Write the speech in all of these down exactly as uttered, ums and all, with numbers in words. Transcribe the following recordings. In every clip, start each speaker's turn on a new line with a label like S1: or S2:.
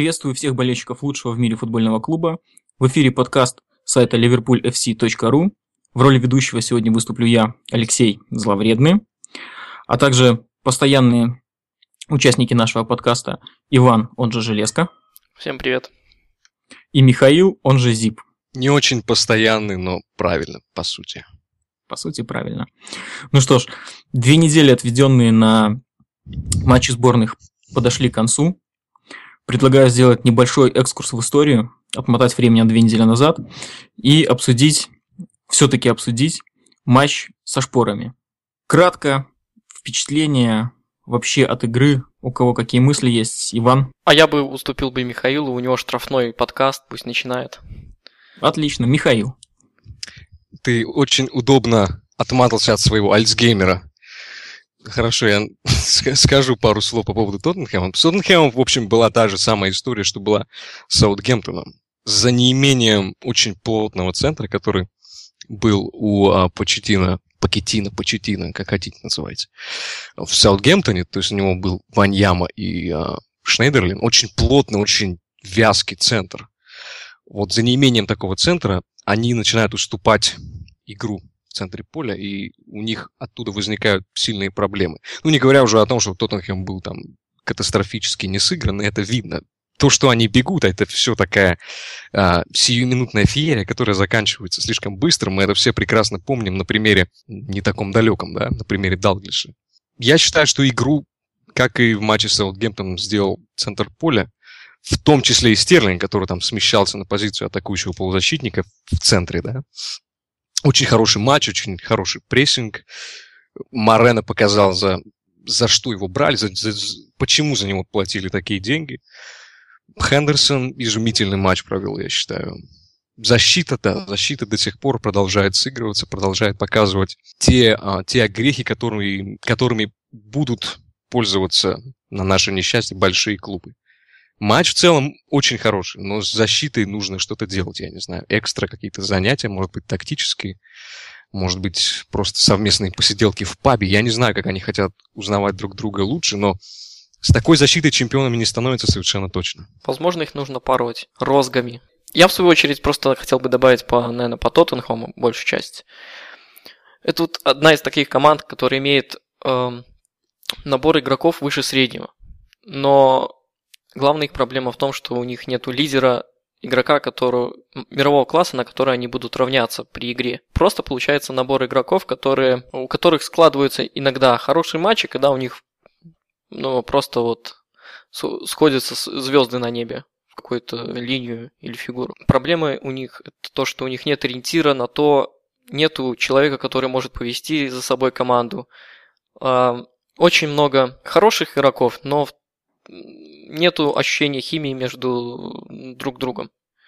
S1: Приветствую всех болельщиков лучшего в мире футбольного клуба. В эфире подкаст сайта ливерпуль эф си точка ру. В роли ведущего сегодня выступлю я, Алексей Зловредный, а также постоянные участники нашего подкаста Иван, он же Железка.
S2: Всем привет.
S1: И Михаил, он же Зип.
S3: Не очень постоянный, но правильно, по сути.
S1: По сути, правильно. Ну что ж, две недели, отведенные на матчи сборных, подошли к концу. Предлагаю сделать небольшой экскурс в историю, отмотать время на две недели назад и обсудить, все-таки обсудить матч со шпорами. Кратко, впечатления вообще от игры, у кого какие мысли есть, Иван?
S2: А я бы уступил бы Михаилу, у него штрафной подкаст, пусть начинает.
S1: Отлично, Михаил.
S3: Ты очень удобно отматывался от своего альцгеймера. Хорошо, я скажу пару слов по поводу Тоттенхэма. С Тоттенхэмом, в общем, была та же самая история, что была с Саутгемптоном. За неимением очень плотного центра, который был у а, Почеттино, Покеттино, Почеттино, как хотите называйте, в Саутгемптоне, то есть у него был Ваньяма и а, Шнейдерлин, очень плотный, очень вязкий центр. Вот за неимением такого центра они начинают уступать игру в центре поля, и у них оттуда возникают сильные проблемы. Ну, не говоря уже о том, что Тоттенхэм был там катастрофически не сыгран, это видно. То, что они бегут, это все такая а, сиюминутная феерия, которая заканчивается слишком быстро. Мы это все прекрасно помним на примере не таком далеком, да, на примере Далглиша. Я считаю, что игру, как и в матче с Саутгемптоном, сделал центр поля, в том числе и Стерлинг, который там смещался на позицию атакующего полузащитника в центре, да. Очень хороший матч, очень хороший прессинг. Морено показал, за, за что его брали, за, за, почему за него платили такие деньги. Хендерсон изумительный матч провел, я считаю. Защита, да, защита до сих пор продолжает сыгрываться, продолжает показывать те, а, те огрехи, которые, которыми будут пользоваться на наше несчастье большие клубы. Матч в целом очень хороший, но с защитой нужно что-то делать, я не знаю. Экстра какие-то занятия, может быть, тактические, может быть, просто совместные посиделки в пабе. Я не знаю, как они хотят узнавать друг друга лучше, но с такой защитой чемпионами не становится совершенно точно.
S2: Возможно, их нужно пороть розгами. Я, в свою очередь, просто хотел бы добавить, по, наверное, по Тоттенхэму большую часть. Это вот одна из таких команд, которая имеет э, набор игроков выше среднего. Но главная их проблема в том, что у них нету лидера, игрока, которого, мирового класса, на который они будут равняться при игре. Просто получается набор игроков, которые, у которых складываются иногда хорошие матчи, когда у них ну, просто вот сходятся звезды на небе в какую-то линию или фигуру. Проблемы у них это то, что у них нет ориентира на то, нету человека, который может повести за собой команду. Очень много хороших игроков, но нету ощущения химии между друг другом.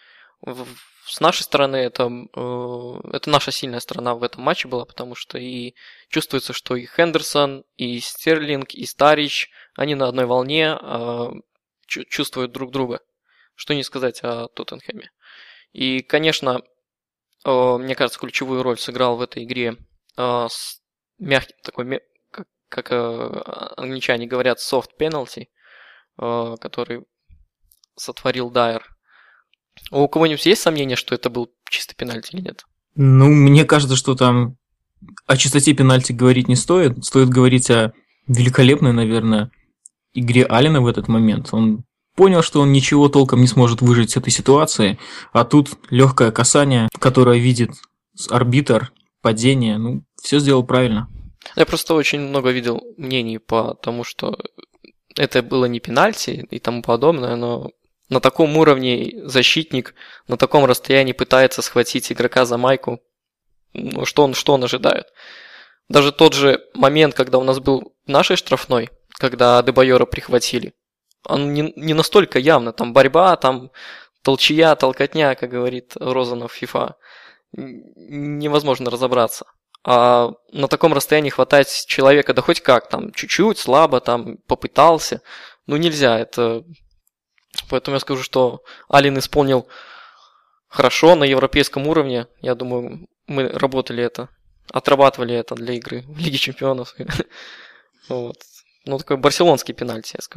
S2: С нашей стороны это, это наша сильная сторона в этом матче была, потому что и чувствуется, что и Хендерсон, и Стерлинг, и Старич, они на одной волне чувствуют друг друга. Что не сказать о Тоттенхэме. И, конечно, мне кажется, ключевую роль сыграл в этой игре мягкий такой, как, как англичане говорят, soft penalty, который сотворил Дайер. У кого-нибудь есть сомнения, что это был чистый пенальти или нет?
S1: Ну, мне кажется, что там о чистоте пенальти говорить не стоит. Стоит говорить о великолепной, наверное, игре Аллена в этот момент. Он понял, что он ничего толком не сможет выжить с этой ситуации, а тут легкое касание, которое видит арбитр, падение. Ну, все сделал правильно.
S2: Я просто очень много видел мнений по тому, что это было не пенальти и тому подобное, но на таком уровне защитник на таком расстоянии пытается схватить игрока за майку. Ну, что он, что он ожидает? Даже тот же момент, когда у нас был в нашей штрафной, когда Адебайора прихватили, он не, не настолько явно. Там борьба, там толчья, толкотня, как говорит Розанов FIFA. Невозможно разобраться. А на таком расстоянии хватать человека, да хоть как, там чуть-чуть, слабо, там попытался. Ну нельзя, это... Поэтому я скажу, что Аллен исполнил хорошо на европейском уровне. Я думаю, мы работали это, отрабатывали это для игры в Лиге Чемпионов. Вот. Ну, такой барселонский пенальти, я скажу.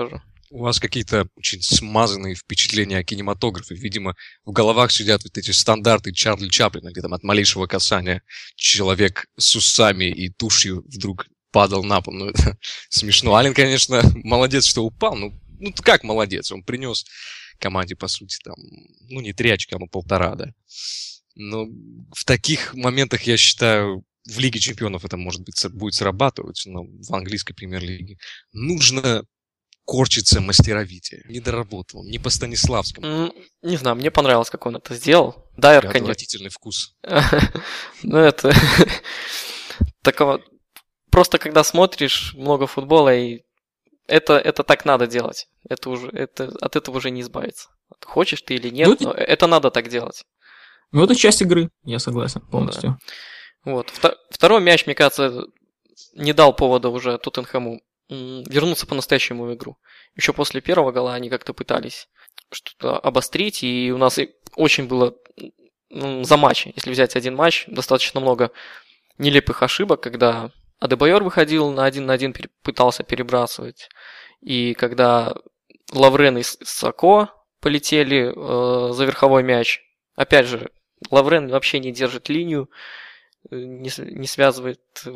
S3: У вас какие-то очень смазанные впечатления о кинематографе. Видимо, в головах сидят вот эти стандарты Чарли Чаплина, где там от малейшего касания человек с усами и тушью вдруг падал на пол. Ну, это смешно. Аллен, конечно, молодец, что упал. Ну, ну как молодец? Он принес команде, по сути, там, ну, не три очка, но полтора, да. Но в таких моментах, я считаю, в Лиге Чемпионов это, может быть, будет срабатывать, но в английской премьер-лиге нужно корчиться мастеровитие. Не доработал, не по Станиславскому.
S2: Mm, не знаю, мне понравилось, как он это сделал. Дайер, конечно.
S3: Отвратительный вкус.
S2: Ну, это... Такого... Просто когда смотришь много футбола, и это, это так надо делать. Это уже, это, от этого уже не избавиться. Хочешь ты или нет, но это надо так делать.
S1: Ну, это часть игры, я согласен полностью.
S2: Вот. Второй мяч, мне кажется, не дал повода уже Тоттенхэму вернуться по-настоящему в игру. Еще после первого гола они как-то пытались что-то обострить, и у нас очень было за матч, если взять один матч, достаточно много нелепых ошибок, когда Адебайор выходил на один на один, пытался перебрасывать, и когда Лаврен и Сако полетели э, за верховой мяч, опять же, Лаврен вообще не держит линию, не, не связывает э,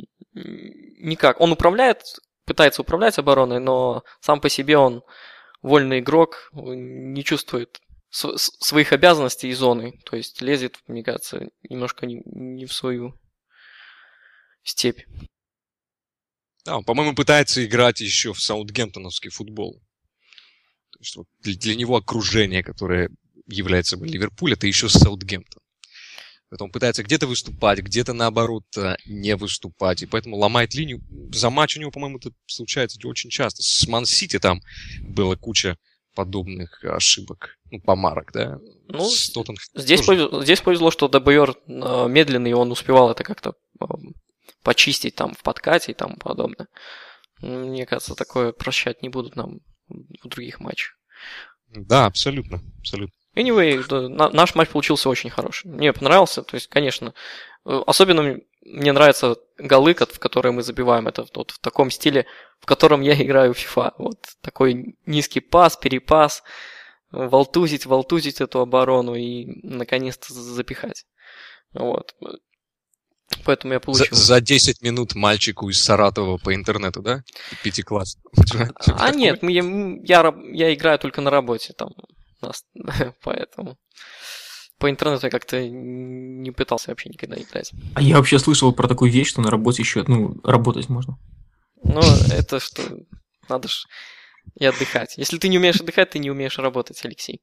S2: никак. Он управляет, пытается управлять обороной, но сам по себе он вольный игрок, не чувствует св- своих обязанностей и зоны. То есть лезет, мне кажется, немножко не, не в свою степь.
S3: Да, он, по-моему, пытается играть еще в саутгемптоновский футбол. То есть вот для, для него окружение, которое является Ливерпуль, это еще Саутгемптон. Поэтому он пытается где-то выступать, где-то, наоборот, не выступать. И поэтому ломает линию. За матч у него, по-моему, это случается очень часто. С Ман-Сити там была куча подобных ошибок. Ну, помарок, да?
S2: Ну, здесь, повезло, здесь повезло, что Дебайор медленный, и он успевал это как-то почистить там в подкате и тому подобное. Мне кажется, такое прощать не будут нам в других матчах.
S3: Да, абсолютно, абсолютно.
S2: Anyway, да, наш матч получился очень хороший. Мне понравился. То есть, конечно, особенно мне нравятся голы, в которые мы забиваем. Это вот в таком стиле, в котором я играю в FIFA. Вот такой низкий пас, перепас, волтузить, волтузить эту оборону и наконец-то запихать. Вот. Поэтому я получил...
S3: За, за десять минут мальчику из Саратова по интернету, да? Пятикласс.
S2: А нет, я, я, я играю только на работе там. Нас, поэтому по интернету я как-то не пытался вообще никогда играть.
S1: А я вообще слышал про такую вещь, что на работе еще, ну, работать можно.
S2: Ну, это что, надо ж и отдыхать. Если ты не умеешь отдыхать, ты не умеешь работать, Алексей.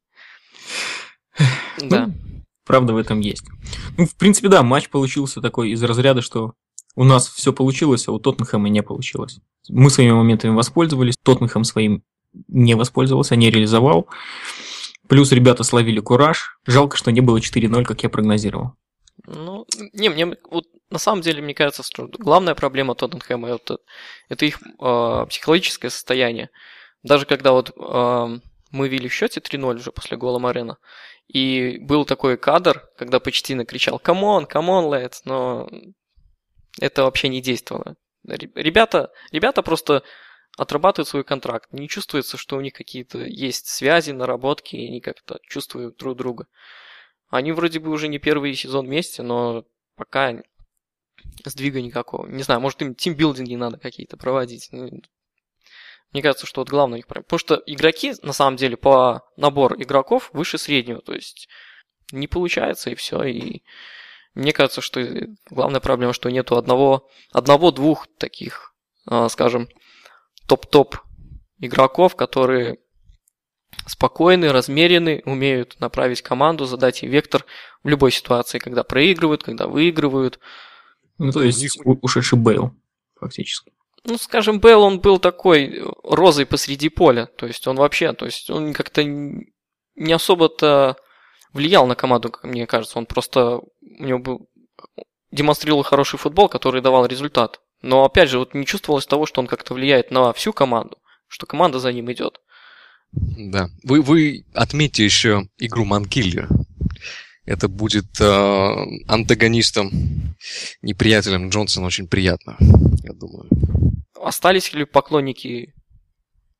S1: Да. Правда в этом есть. Ну, в принципе, да, матч получился такой из разряда, что у нас все получилось, а у Тоттенхэма не получилось. Мы своими моментами воспользовались, Тоттенхэм своим не воспользовался, не реализовал. Плюс ребята словили кураж. Жалко, что не было четыре ноль, как я прогнозировал.
S2: Ну, не, мне вот на самом деле, мне кажется, что главная проблема Тоттенхэма это, это их э, психологическое состояние. Даже когда вот э, мы вели в счете три ноль уже после гола Морено, и был такой кадр, когда Почтино кричал «Камон, камон, lads», но это вообще не действовало. Ребята, ребята просто отрабатывают свой контракт. Не чувствуется, что у них какие-то есть связи, наработки, и они как-то чувствуют друг друга. Они вроде бы уже не первый сезон вместе, но пока сдвига никакого. Не знаю, может им тимбилдинги надо какие-то проводить. Мне кажется, что вот главное их... Потому что игроки, на самом деле, по набору игроков выше среднего. То есть не получается, и все. И мне кажется, что главная проблема, что нету одного, одного-двух таких, скажем, топ-топ игроков, которые спокойны, размерены, умеют направить команду, задать ей вектор в любой ситуации, когда проигрывают, когда выигрывают.
S1: Ну, то есть ушедший Бейл, фактически.
S2: Ну, скажем, Бейл, он был такой розой посреди поля. То есть он вообще, то есть он как-то не особо-то влиял на команду, как мне кажется. Он просто у него был демонстрировал хороший футбол, который давал результат. Но, опять же, вот не чувствовалось того, что он как-то влияет на всю команду, что команда за ним идет.
S3: Да. Вы, вы отметьте еще игру Манкиллер. Это будет э, антагонистом, неприятелем Джонсона очень приятно, я думаю.
S2: Остались ли поклонники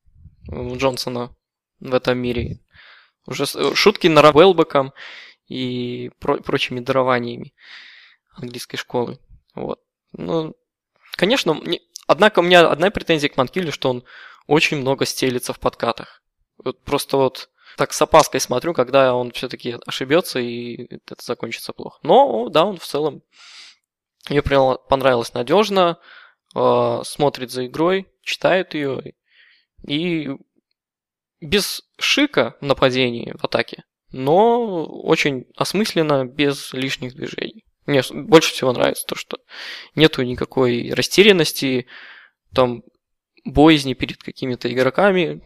S2: Джонсона в этом мире. Уже шутки над Уэлбеком и про- прочими дарованиями английской школы. Вот. Ну, конечно, мне... однако у меня одна претензия к Манкиле, что он очень много стелится в подкатах. Вот просто вот так с опаской смотрю, когда он все-таки ошибется и это закончится плохо. Но да, он в целом мне понравилось надежно, э, смотрит за игрой, читает ее и без шика в нападении, в атаке, но очень осмысленно, без лишних движений. Мне больше всего нравится то, что нету никакой растерянности, там, боязни перед какими-то игроками.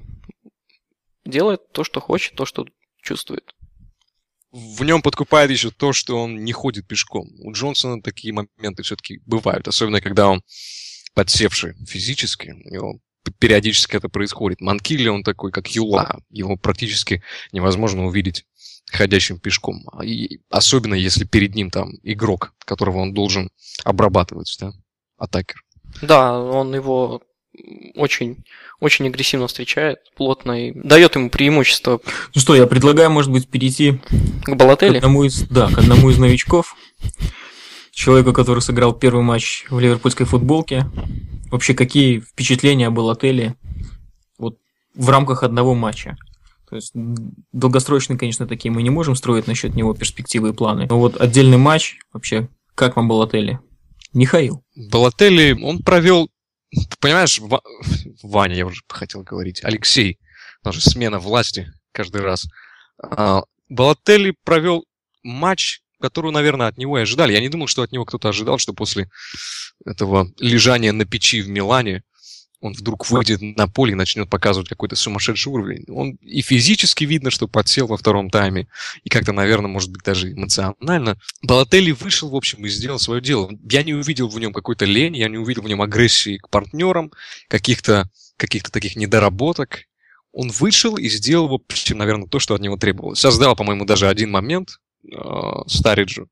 S2: Делает то, что хочет, то, что чувствует.
S3: В нем подкупает еще то, что он не ходит пешком. У Джонсона такие моменты все-таки бывают, особенно когда он подсевший физически, у него периодически это происходит. Манкиле он такой, как юла, его практически невозможно увидеть ходящим пешком. И особенно если перед ним там игрок, которого он должен обрабатывать, да, атакер.
S2: Да, он его очень, очень агрессивно встречает, плотно и дает ему преимущество.
S1: Ну что, я предлагаю, может быть, перейти
S2: к Балотелли?
S1: К одному из, да, к одному из новичков. Человеку, который сыграл первый матч в ливерпульской футболке. Вообще, какие впечатления о Балотелли вот в рамках одного матча? То есть, долгосрочные, конечно, такие мы не можем строить насчет него перспективы и планы. Но вот отдельный матч, вообще, как вам Балотелли? Михаил.
S3: Балотелли, он провел, понимаешь, Ва... Ваня, я уже хотел говорить, Алексей, у же смена власти каждый раз. Балотелли провел матч, которую, наверное, от него и ожидали. Я не думал, что от него кто-то ожидал, что после этого лежания на печи в Милане он вдруг выйдет на поле и начнет показывать какой-то сумасшедший уровень. Он и физически видно, что подсел во втором тайме, и как-то, наверное, может быть, даже эмоционально. Балотелли вышел, в общем, и сделал свое дело. Я не увидел в нем какой-то лень, я не увидел в нем агрессии к партнерам, каких-то, каких-то таких недоработок. Он вышел и сделал, в общем, наверное, то, что от него требовалось. Создал, по-моему, даже один момент э, Старриджу.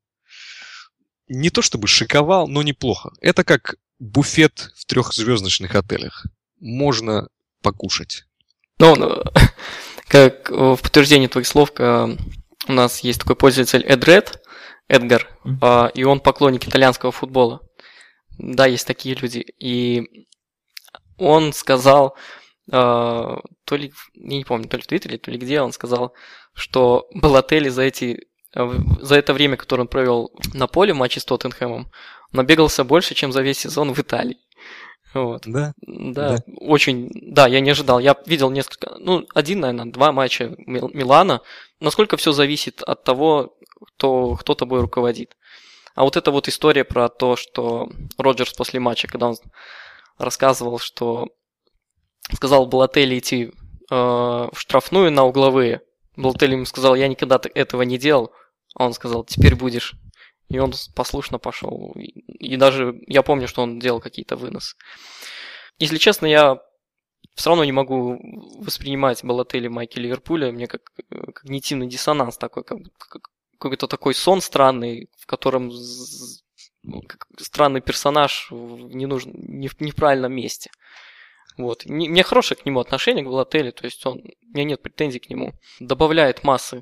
S3: Не то чтобы шиковал, но неплохо. Это как буфет в трехзвездочных отелях. Можно покушать.
S2: Ну, ну как в подтверждение твоих слов, у нас есть такой пользователь Эдред, Эдгар, mm-hmm. и он поклонник итальянского футбола. Да, есть такие люди. И он сказал, то ли, я не помню, то ли в Твиттере, то ли где, он сказал, что Балотелли за эти за это время, которое он провел на поле в матче с Тоттенхэмом, набегался больше, чем за весь сезон в Италии. Вот.
S3: Да?
S2: Да, да, очень, да, я не ожидал. Я видел несколько, ну, один, наверное, два матча Милана. Насколько все зависит от того, кто, кто тобой руководит. А вот эта вот история про то, что Роджерс после матча, когда он рассказывал, что сказал Балотелли идти э, в штрафную на угловые, Балотелли ему сказал, я никогда этого не делал. А он сказал, теперь будешь. И он послушно пошел. И даже я помню, что он делал какие-то выносы. Если честно, я все равно не могу воспринимать Балотелли в майке Ливерпуля. Мне как когнитивный диссонанс такой, как, как какой-то такой сон странный, в котором странный персонаж не нужен, не в, не в правильном месте. Вот. У меня хорошее к нему отношение, к Балотелли, то есть он, у меня нет претензий к нему. Добавляет массы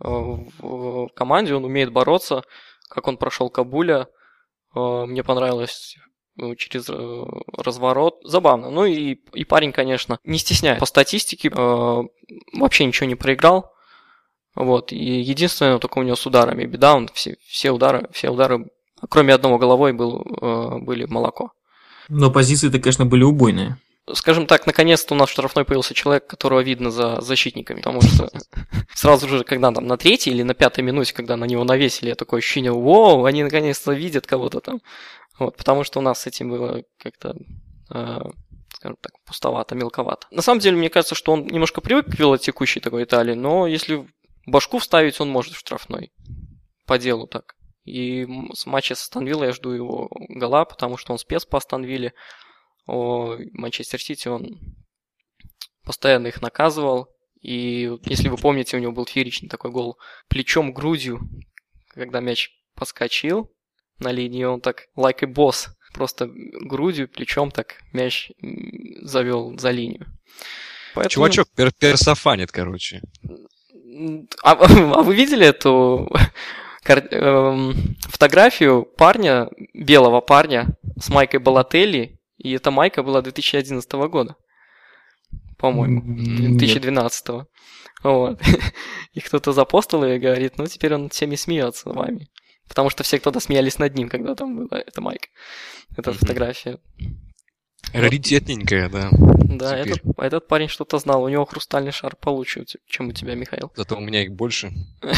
S2: в команде, он умеет бороться, как он прошел Кабуля, мне понравилось через разворот, забавно. Ну и, и парень, конечно, не стесняет. По статистике вообще ничего не проиграл, вот, и единственное, только у него с ударами беда, он все, все удары, все удары, кроме одного головой, был, были в молоко.
S1: Но позиции-то, конечно, были убойные.
S2: Скажем так, наконец-то у нас в штрафной появился человек, которого видно за защитниками, потому что сразу же, когда там на третьей или на пятой минуте, когда на него навесили, такое ощущение, воу, они наконец-то видят кого-то там. Вот, потому что у нас с этим было как-то, э, скажем так, пустовато, мелковато. На самом деле, мне кажется, что он немножко привык к велотекущей такой Италии, но если башку вставить, он может в штрафной. По делу так. И с матча с Астон Виллой я жду его гола, потому что он спец по Астон Вилле. О Манчестер Сити он постоянно их наказывал. И если вы помните, у него был фееричный такой гол плечом, грудью, когда мяч поскочил на линии, он так, like a boss, просто грудью, плечом так мяч завел за линию. Поэтому...
S3: Чувачок пер- персофанит, короче.
S2: А, а вы видели эту кар... эм, фотографию парня, белого парня с майкой Балотелли? И эта майка была две тысячи одиннадцатого года, по-моему, две тысячи двенадцатого. Вот. И кто-то запостил ее и говорит, ну теперь он всеми смеется вами. Потому что все кто-то смеялись над ним, когда там была эта майка, эта mm-hmm. фотография.
S3: Раритетненькая, да.
S2: Да, этот, этот парень что-то знал. У него хрустальный шар получше, чем у тебя, Михаил.
S3: Зато у меня их больше.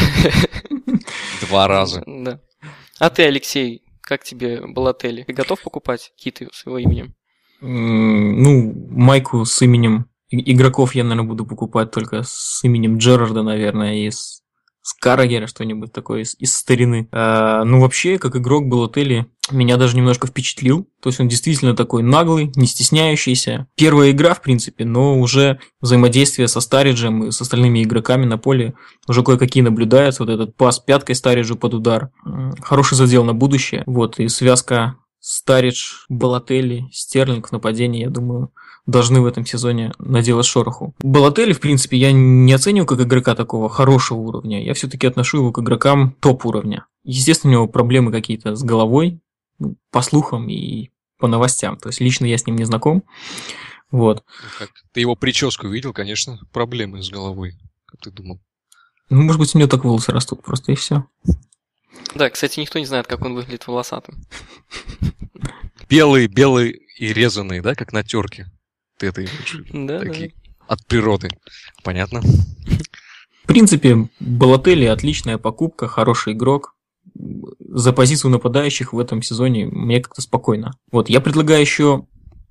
S3: Два раза.
S2: Да. А ты, Алексей, как тебе Балотелли? Ты готов покупать киты с его именем?
S1: Ну, майку с именем игроков я, наверное, буду покупать только с именем Джерарда, наверное, и с, с Каррагера, что-нибудь такое из, из старины. А, ну, вообще, как игрок Балотелли меня даже немножко впечатлил. То есть он действительно такой наглый, не стесняющийся. Первая игра, в принципе, но уже взаимодействие со Старриджем и с остальными игроками на поле уже кое-какие наблюдаются. Вот этот пас пяткой Старриджу под удар. Хороший задел на будущее. Вот, и связка Старридж, Балотелли, Стерлинг в нападении, я думаю, должны в этом сезоне наделать шороху. Балотелли, в принципе, я не оцениваю как игрока такого хорошего уровня. Я все-таки отношу его к игрокам топ-уровня. Естественно, у него проблемы какие-то с головой, по слухам и по новостям. То есть лично я с ним не знаком. Вот.
S3: Как? Ты его прическу видел, конечно, проблемы с головой, как ты думал.
S1: Ну, может быть, у него так волосы растут просто, и все.
S2: Да, кстати, никто не знает, как он выглядит волосатым.
S3: Белый, белый и резанный, да, как на терке. Ты это имеешь?
S2: Да,
S3: такие
S2: да.
S3: От природы. Понятно?
S1: В принципе, Балотелли отличная покупка, хороший игрок. За позицию нападающих в этом сезоне мне как-то спокойно. Вот, я предлагаю еще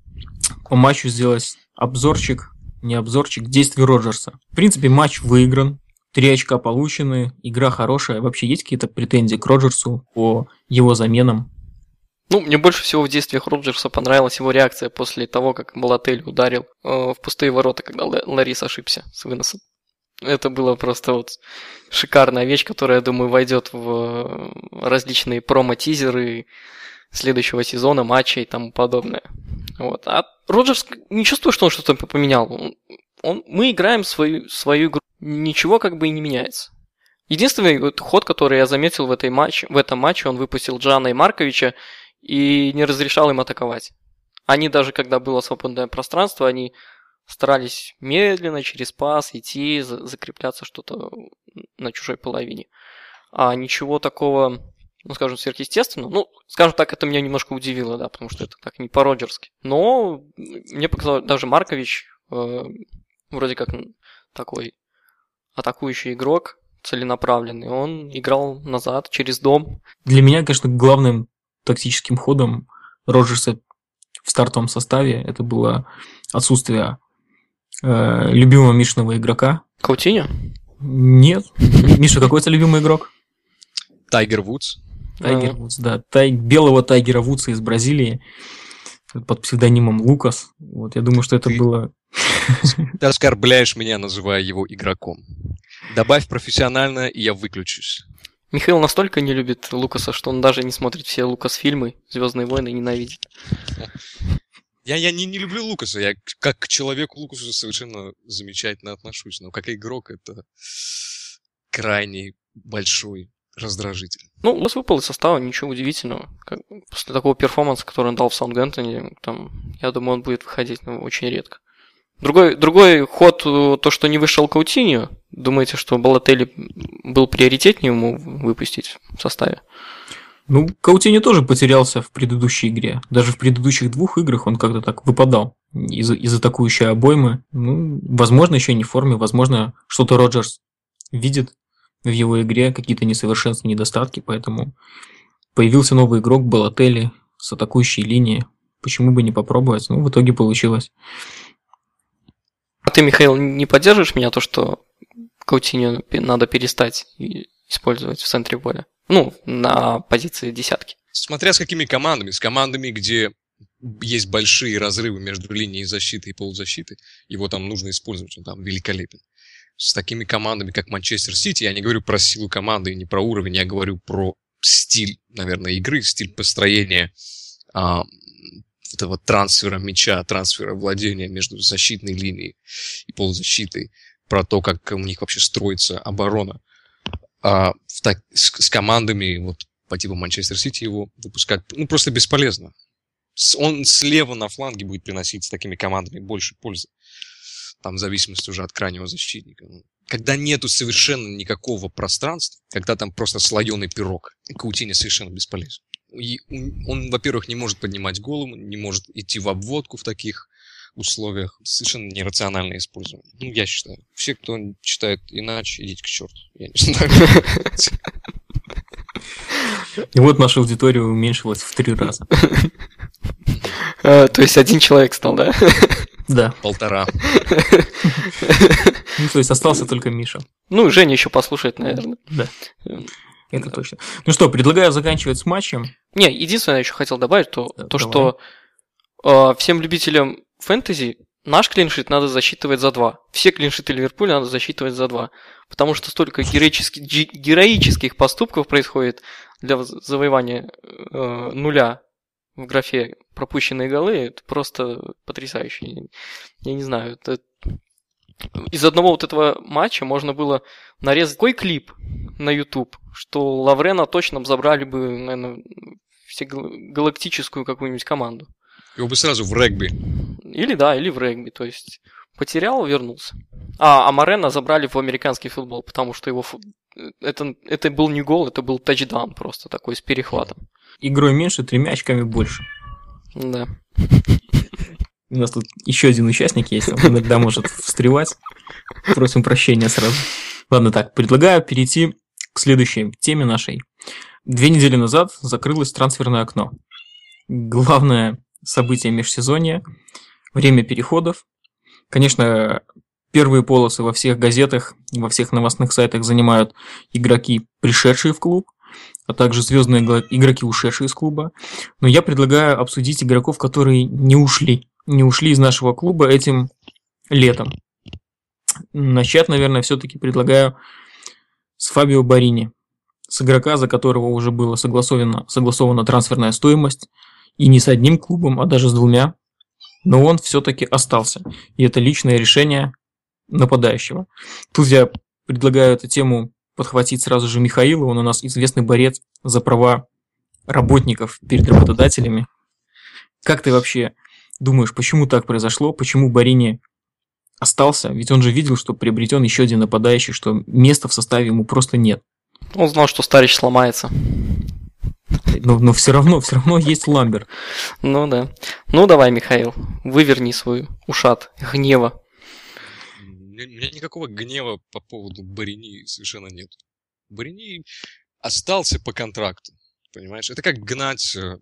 S1: по матчу сделать обзорчик, не обзорчик, действий Роджерса. В принципе, матч выигран, три очка получены, игра хорошая. Вообще есть какие-то претензии к Роджерсу по его заменам?
S2: Ну, мне больше всего в действиях Роджерса понравилась его реакция после того, как Балотелли ударил э, в пустые ворота, когда Ларис ошибся с выносом. Это было просто вот шикарная вещь, которая, я думаю, войдет в различные промо-тизеры следующего сезона, матчей и тому подобное. Вот. А Роджерс не чувствую, что он что-то поменял. Он, он, мы играем свою, свою игру. Ничего как бы и не меняется. Единственный вот ход, который я заметил в, этой матче, в этом матче, он выпустил Джана и Марковича и не разрешал им атаковать. Они даже, когда было свободное пространство, они старались медленно через пас идти, закрепляться что-то на чужой половине. А ничего такого, ну, скажем, сверхъестественного, ну, скажем так, это меня немножко удивило, да, потому что это так не по-роджерски. Но мне показалось, даже Маркович э, вроде как такой атакующий игрок, целенаправленный, он играл назад, через дом.
S1: Для меня, конечно, главным тактическим ходом Роджерса в стартовом составе это было отсутствие э, любимого Мишиного игрока.
S2: Каутиньо?
S1: Нет. Миша, какой у тебя любимый игрок?
S3: Тайгер Вудс.
S1: Тайгер Вудс, да. Тай... Белого Тайгера Вудса из Бразилии под псевдонимом Лукас. Вот, я думаю, что это
S3: Ты...
S1: было...
S3: Ты оскорбляешь меня, называя его игроком. Добавь профессионально, и я выключусь.
S2: Михаил настолько не любит Лукаса, что он даже не смотрит все Лукас-фильмы, «Звездные войны» ненавидит.
S3: Я, я не, не люблю Лукаса, я как к человеку Лукасу совершенно замечательно отношусь, но как игрок это крайне большой раздражитель.
S2: Ну, у нас выпал из состава, ничего удивительного. Как, после такого перформанса, который он дал в Саутгемптоне, там, я думаю, он будет выходить ну, очень редко. Другой, другой ход, то, что не вышел Каутиньо, думаете, что Балотелли был приоритетнее ему выпустить в составе?
S1: Ну, Каутиньо тоже потерялся в предыдущей игре. Даже в предыдущих двух играх он как-то так выпадал из, из атакующей обоймы. Ну, возможно, еще не в форме, возможно, что-то Роджерс видит в его игре, какие-то несовершенства, недостатки, поэтому появился новый игрок Балотелли с атакующей линии. Почему бы не попробовать? Ну, в итоге получилось.
S2: А ты, Михаил, не поддерживаешь меня то, что Каутиньо надо перестать использовать в центре поля? Ну, на позиции десятки.
S3: Смотря с какими командами. С командами, где есть большие разрывы между линией защиты и полузащиты, его там нужно использовать, он там великолепен. С такими командами, как Манчестер Сити, я не говорю про силу команды и не про уровень, я говорю про стиль, наверное, игры, стиль построения а, этого трансфера мяча, трансфера владения между защитной линией и полузащитой, про то, как у них вообще строится оборона. А в так, с, с командами вот, по типу Манчестер Сити его выпускать ну, просто бесполезно. Он слева на фланге будет приносить с такими командами больше пользы. Там в зависимости уже от крайнего защитника. Когда нету совершенно никакого пространства, когда там просто слоеный пирог, Каутиньо совершенно бесполезен. И он, во-первых, не может поднимать голову, не может идти в обводку в таких условиях. Совершенно нерациональное использование. Ну, я считаю. Все, кто считает иначе, идите к черту. Я не знаю.
S1: И вот наша аудитория уменьшилась в три раза.
S2: То есть один человек стал, да?
S1: Да.
S3: Полтора.
S1: Ну, то есть остался только Миша.
S2: Ну, Женя еще послушает, наверное.
S1: Да. Это точно. Ну что, предлагаю заканчивать с матчем.
S2: Не, единственное, я еще хотел добавить, то,
S1: Да,
S2: то
S1: давай.
S2: что э, всем любителям фэнтези наш клиншит надо засчитывать за два. Все клиншиты Ливерпуля надо засчитывать за два. Потому что столько героических, героических поступков происходит для завоевания э, нуля в графе пропущенные голы. Это просто потрясающе. Я не знаю, это... Из одного вот этого матча можно было нарезать такой клип на YouTube, что Лаврена точно забрали бы, наверное, все галактическую какую-нибудь команду.
S3: Его бы сразу в регби.
S2: Или да, или в регби. То есть потерял, вернулся. А, а Морена забрали в американский футбол, потому что его фу... это, это был не гол, это был тачдаун просто такой с перехватом.
S1: Игрой меньше, тремя очками больше.
S2: Да.
S1: У нас тут еще один участник есть, он иногда может встревать. Просим прощения сразу. Ладно, так, предлагаю перейти к следующей теме нашей. Две недели назад закрылось трансферное окно. Главное событие межсезонья – время переходов. Конечно, первые полосы во всех газетах, во всех новостных сайтах занимают игроки, пришедшие в клуб, а также звездные игроки, ушедшие из клуба. Но я предлагаю обсудить игроков, которые не ушли. Не ушли из нашего клуба этим летом. Начать, наверное, все-таки предлагаю с Фабио Борини. С игрока, за которого уже была согласована, согласована трансферная стоимость. И не с одним клубом, а даже с двумя. Но он все-таки остался. И это личное решение нападающего. Тут я предлагаю эту тему подхватить сразу же Михаилу. Он у нас известный борец за права работников перед работодателями. Как ты вообще думаешь, почему так произошло? Почему Борини остался? Ведь он же видел, что приобретен еще один нападающий, что места в составе ему просто нет.
S2: Он знал, что Старич сломается.
S1: Но, но все равно, все равно есть Ламбер.
S2: Ну да. Ну давай, Михаил, выверни свой ушат гнева.
S3: У меня никакого гнева по поводу Борини совершенно нет. Борини остался по контракту, понимаешь? Это как гнать э,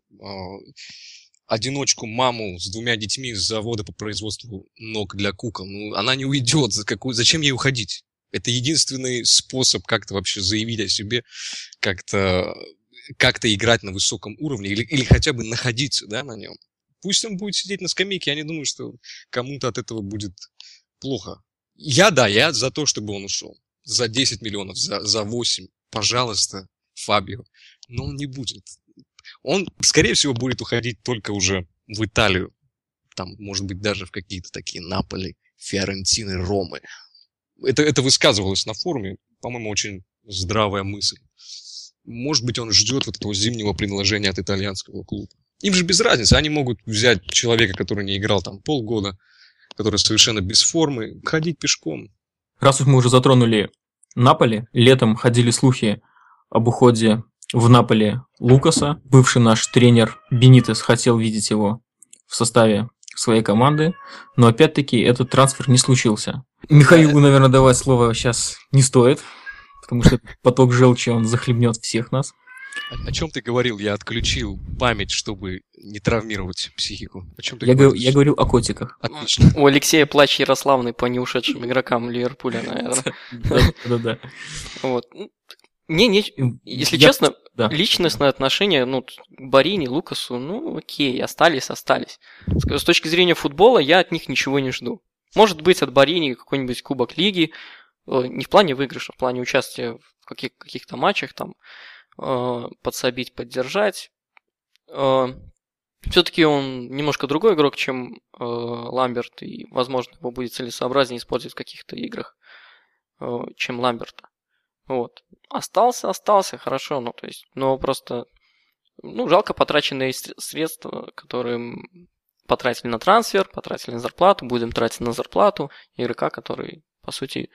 S3: одиночку маму с двумя детьми с завода по производству ног для кукол. Ну, она не уйдет. За какую... Зачем ей уходить? Это единственный способ как-то вообще заявить о себе, как-то, как-то играть на высоком уровне или, или хотя бы находиться, да, на нем. Пусть он будет сидеть на скамейке, я не думаю, что кому-то от этого будет плохо. Я, да, я за то, чтобы он ушел. За десять миллионов, за, за восемь. Пожалуйста, Фабио. Но он не будет. Он, скорее всего, будет уходить только уже в Италию. Там, может быть, даже в какие-то такие Наполи, Фиорентины, Ромы. Это, это высказывалось на форуме. По-моему, очень здравая мысль. Может быть, он ждет вот этого зимнего предложения от итальянского клуба. Им же без разницы. Они могут взять человека, который не играл там полгода, который совершенно без формы, ходить пешком.
S1: Раз уж мы уже затронули Наполи, летом ходили слухи об уходе в Наполи Лукаса. Бывший наш тренер Бенитес хотел видеть его в составе своей команды, но опять-таки этот трансфер не случился. Михаилу, наверное, давать слово сейчас не стоит, потому что поток желчи, он захлебнет всех нас.
S3: О, о чем ты говорил? Я отключил память, чтобы не травмировать психику. О чем ты
S1: Я,
S3: говорил?
S1: я говорил о котиках.
S3: Отлично.
S2: У Алексея плач Ярославный по неушедшим игрокам Ливерпуля, наверное.
S1: Да-да-да.
S2: Вот. Не, не, если
S1: Я-
S2: честно,
S1: да.
S2: личностное отношение, ну, к Борини, Лукасу, ну, окей, остались, остались. С с точки зрения футбола я от них ничего не жду. Может быть, от Борини какой-нибудь Кубок Лиги, э, не в плане выигрыша, в плане участия в каких- каких-то матчах, там, э, подсобить, поддержать. Э, Все-таки он немножко другой игрок, чем э, Ламберт, и, возможно, его будет целесообразнее использовать в каких-то играх, э, чем Ламберта. Вот. Остался, остался, хорошо, ну, то есть, но просто, ну, жалко потраченные средства, которые потратили на трансфер, потратили на зарплату, будем тратить на зарплату игрока, который, по сути,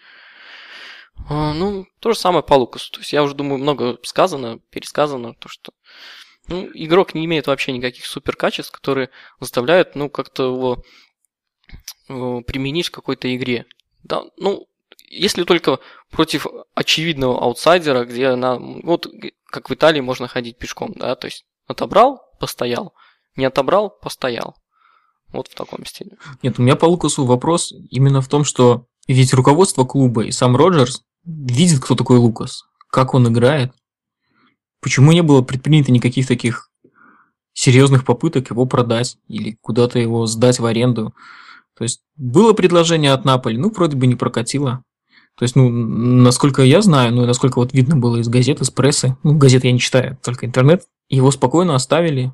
S2: э, ну, то же самое по Лукасу. То есть, я уже думаю, много сказано, пересказано, то, что ну, игрок не имеет вообще никаких супер качеств, которые заставляют, ну, как-то его э, применить в какой-то игре. Да, ну, если только против очевидного аутсайдера, где на, вот как в Италии можно ходить пешком, да, то есть отобрал, постоял, не отобрал, постоял. Вот в таком стиле.
S1: Нет, у меня по Лукасу вопрос именно в том, что ведь руководство клуба и сам Роджерс видит, кто такой Лукас, как он играет. Почему не было предпринято никаких таких серьезных попыток его продать или куда-то его сдать в аренду? То есть было предложение от Наполи, ну, вроде бы не прокатило. То есть, ну, насколько я знаю, ну, и насколько вот видно было из газет, из прессы, ну, газет я не читаю, только интернет, его спокойно оставили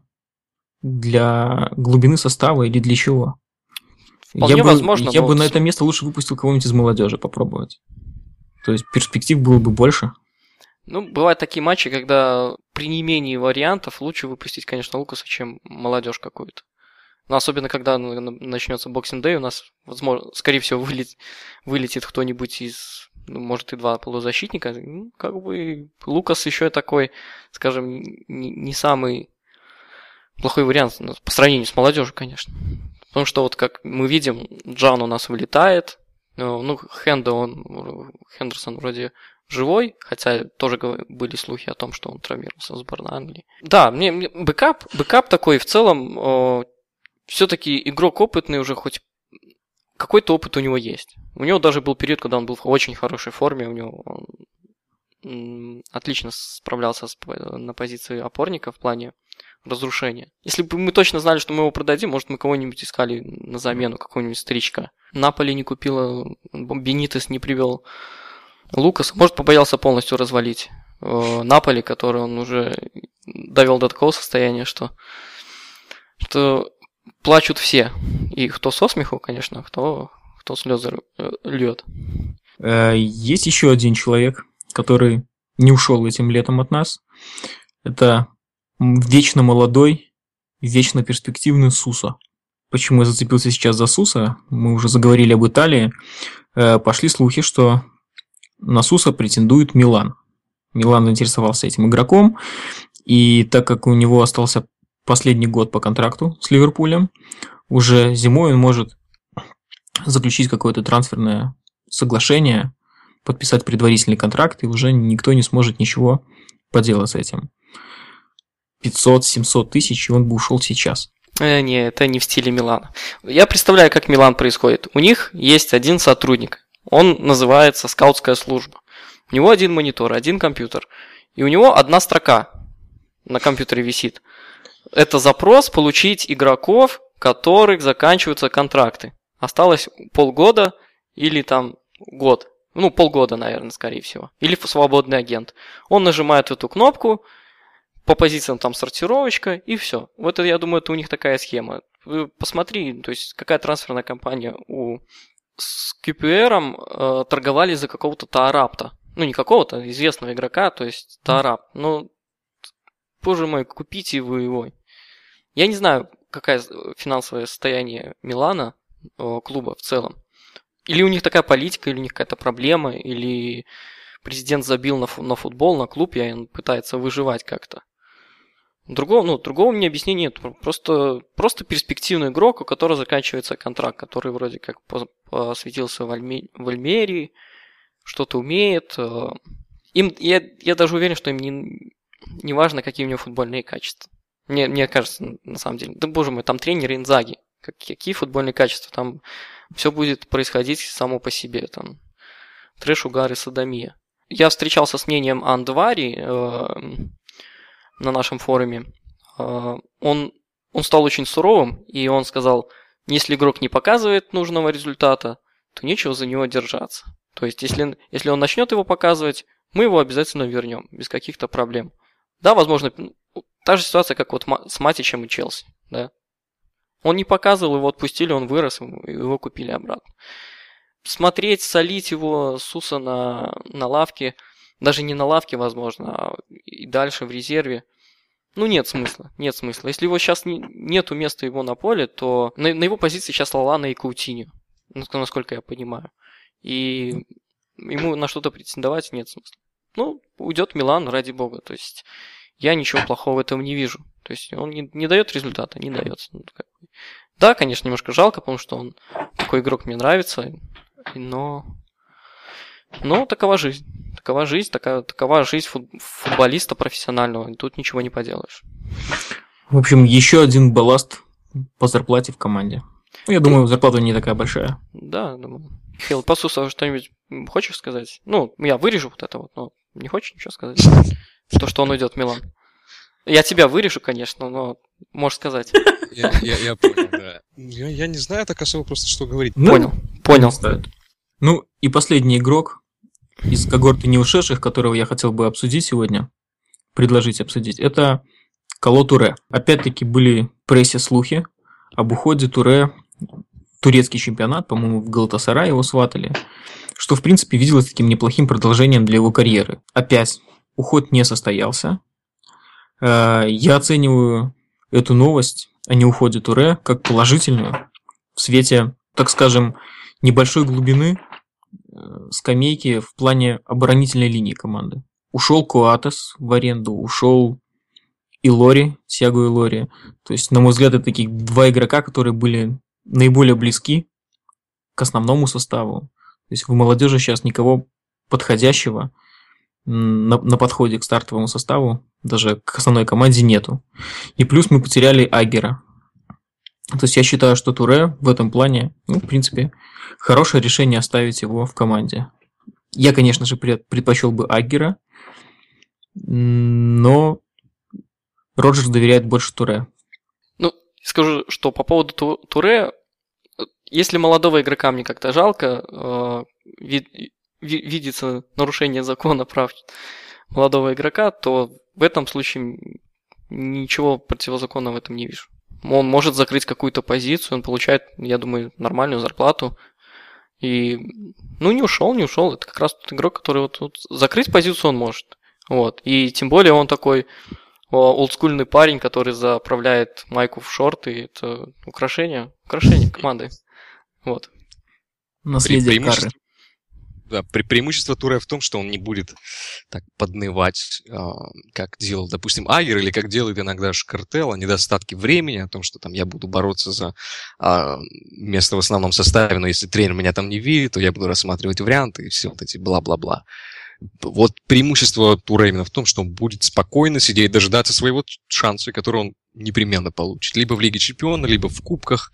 S1: для глубины состава или для чего?
S2: Вполне
S1: я
S2: возможно.
S1: Бы, я
S2: но...
S1: бы на это место лучше выпустил кого-нибудь из молодежи попробовать. То есть перспектив было бы больше.
S2: Ну, бывают такие матчи, когда при неимении вариантов лучше выпустить, конечно, Лукаса, чем молодежь какую-то. Но особенно, когда начнется Boxing Day, у нас, возможно, скорее всего, вылет, вылетит кто-нибудь из, ну, может, и два полузащитника. Ну, как бы Лукас еще такой, скажем, не, не самый плохой вариант по сравнению с молодежью, конечно. Потому что вот как мы видим, Джан у нас вылетает. Ну, Хендо, он, Хендерсон вроде живой, хотя тоже были слухи о том, что он травмировался в сборной Англии. Да, мне, мне бэкап, бэкап такой в целом, э, все-таки игрок опытный уже, хоть какой-то опыт у него есть. У него даже был период, когда он был в очень хорошей форме, у него он, м, отлично справлялся с, на позиции опорника в плане разрушения. Если бы мы точно знали, что мы его продадим, может, мы кого-нибудь искали на замену, какого-нибудь старичка. Наполи не купила, Бенитес не привел Лукас, может, побоялся полностью развалить э, Наполи, который он уже довел до такого состояния, что, что плачут все. И кто со смеху, конечно, кто, кто слезы льет.
S1: Есть еще один человек, который не ушел этим летом от нас. Это вечно молодой, вечно перспективный Сусо. Почему я зацепился сейчас за Сусо? Мы уже заговорили об Италии. Пошли слухи, что на Сусо претендует Милан. Милан заинтересовался этим игроком, и так как у него остался последний год по контракту с Ливерпулем, уже зимой он может заключить какое-то трансферное соглашение, подписать предварительный контракт, и уже никто не сможет ничего поделать с этим. пятьсот-семьсот тысяч, и он бы ушел сейчас.
S2: Э, не, это не в стиле Милана. Я представляю, как Милан происходит. У них есть один сотрудник. Он называется скаутская служба. У него один монитор, один компьютер. И у него одна строка на компьютере висит. Это запрос получить игроков, которых заканчиваются контракты. Осталось полгода или там год. Ну, полгода, наверное, скорее всего. Или свободный агент. Он нажимает эту кнопку, по позициям там сортировочка, и все. Вот это, я думаю, это у них такая схема. Посмотри, то есть какая трансферная компания у... С кью пи эр э, торговали за какого-то Таарапта. Ну, не какого-то, известного игрока, то есть Таарап. Ну, боже мой, купите вы его. Я не знаю, какое финансовое состояние Милана, э, клуба в целом. Или у них такая политика, или у них какая-то проблема, или президент забил на, фу- на футбол, на клуб, и он пытается выживать как-то. Другого, ну, другого мне объяснения нет. Просто, просто перспективный игрок, у которого заканчивается контракт, который вроде как посвятился в, Альме, в Альмерии, что-то умеет. Им, я, я даже уверен, что им не, не важно, какие у него футбольные качества. Мне, мне кажется, на самом деле. Да боже мой, там тренер Инзаги. Какие футбольные качества? Там все будет происходить само по себе. Там трэш, угар и садомия. Я встречался с мнением Андвари э, на нашем форуме. Э, он, он стал очень суровым, и он сказал, если игрок не показывает нужного результата, то нечего за него держаться. То есть, если, если он начнет его показывать, мы его обязательно вернем, без каких-то проблем. Да, возможно, та же ситуация, как вот с Матичем и Челси. да. Он не показывал, его отпустили, он вырос, его купили обратно. Смотреть, солить его Суса на, на лавке, даже не на лавке, возможно, а и дальше в резерве, ну, нет смысла, нет смысла. Если его сейчас не, нету места его на поле, то на, на его позиции сейчас Лалана и Каутиньо, насколько я понимаю. И ему на что-то претендовать нет смысла. Ну, уйдет в Милан, ради бога. То есть я ничего плохого в этом не вижу. То есть он не, не дает результата, не дает. Да, конечно, немножко жалко, потому что он такой игрок мне нравится, но, но такова жизнь. Такова жизнь, такая, такова жизнь футболиста профессионального. Тут ничего не поделаешь.
S1: В общем, еще один балласт по зарплате в команде. Ну, я думаю, зарплата не такая большая.
S2: Да, думаю. Михаил, по Сусу что-нибудь хочешь сказать? Ну, я вырежу вот это вот, но не хочешь ничего сказать? То, что он уйдет в Милан. Я тебя вырежу, конечно, но можешь сказать.
S3: Я, я, я понял, да. Я, я не знаю так особо просто, что говорить.
S2: Ну, понял, понял.
S1: Ну, и последний игрок из когорты не ушедших, которого я хотел бы обсудить сегодня, предложить обсудить, это Кало Туре. Опять-таки были в прессе слухи об уходе Туре в турецкий чемпионат, по-моему, в Галатасарай его сватали, что, в принципе, виделось таким неплохим продолжением для его карьеры. Опять, уход не состоялся. Я оцениваю эту новость о неуходе Туре как положительную в свете, так скажем, небольшой глубины скамейки в плане оборонительной линии команды. Ушел Куатес в аренду, ушел Илори, Тиаго Илори. То есть, на мой взгляд, это такие два игрока, которые были наиболее близки к основному составу. То есть, в молодежи сейчас никого подходящего на, на подходе к стартовому составу, даже к основной команде, нету. И плюс мы потеряли Аггера. То есть я считаю, что Туре в этом плане, ну, в принципе, хорошее решение оставить его в команде. Я, конечно же, предпочел бы Аггера, но Роджерс доверяет больше Туре.
S2: Ну, скажу, что по поводу Ту- Туре, если молодого игрока мне как-то жалко, э, вид- ви- видится нарушение закона прав молодого игрока, то в этом случае ничего противозаконного в этом не вижу. Он может закрыть какую-то позицию, он получает, я думаю, нормальную зарплату. И, ну, не ушел, не ушел. Это как раз тот игрок, который вот, вот закрыть позицию он может. Вот. И тем более он такой олдскульный парень, который заправляет майку в шорты. И это украшение, украшение команды. Вот.
S1: Наследие Кары.
S3: Да, при, преимущество Туре в том, что он не будет так поднывать, э, как делал, допустим, Аггер, или как делает иногда Шкартел, о недостатке времени, о том, что там я буду бороться за э, место в основном составе, но если тренер меня там не видит, то я буду рассматривать варианты и все вот эти бла-бла-бла. Вот преимущество Туре именно в том, что он будет спокойно сидеть, дожидаться своего шанса, который он непременно получит. Либо в Лиге Чемпионов, либо в Кубках,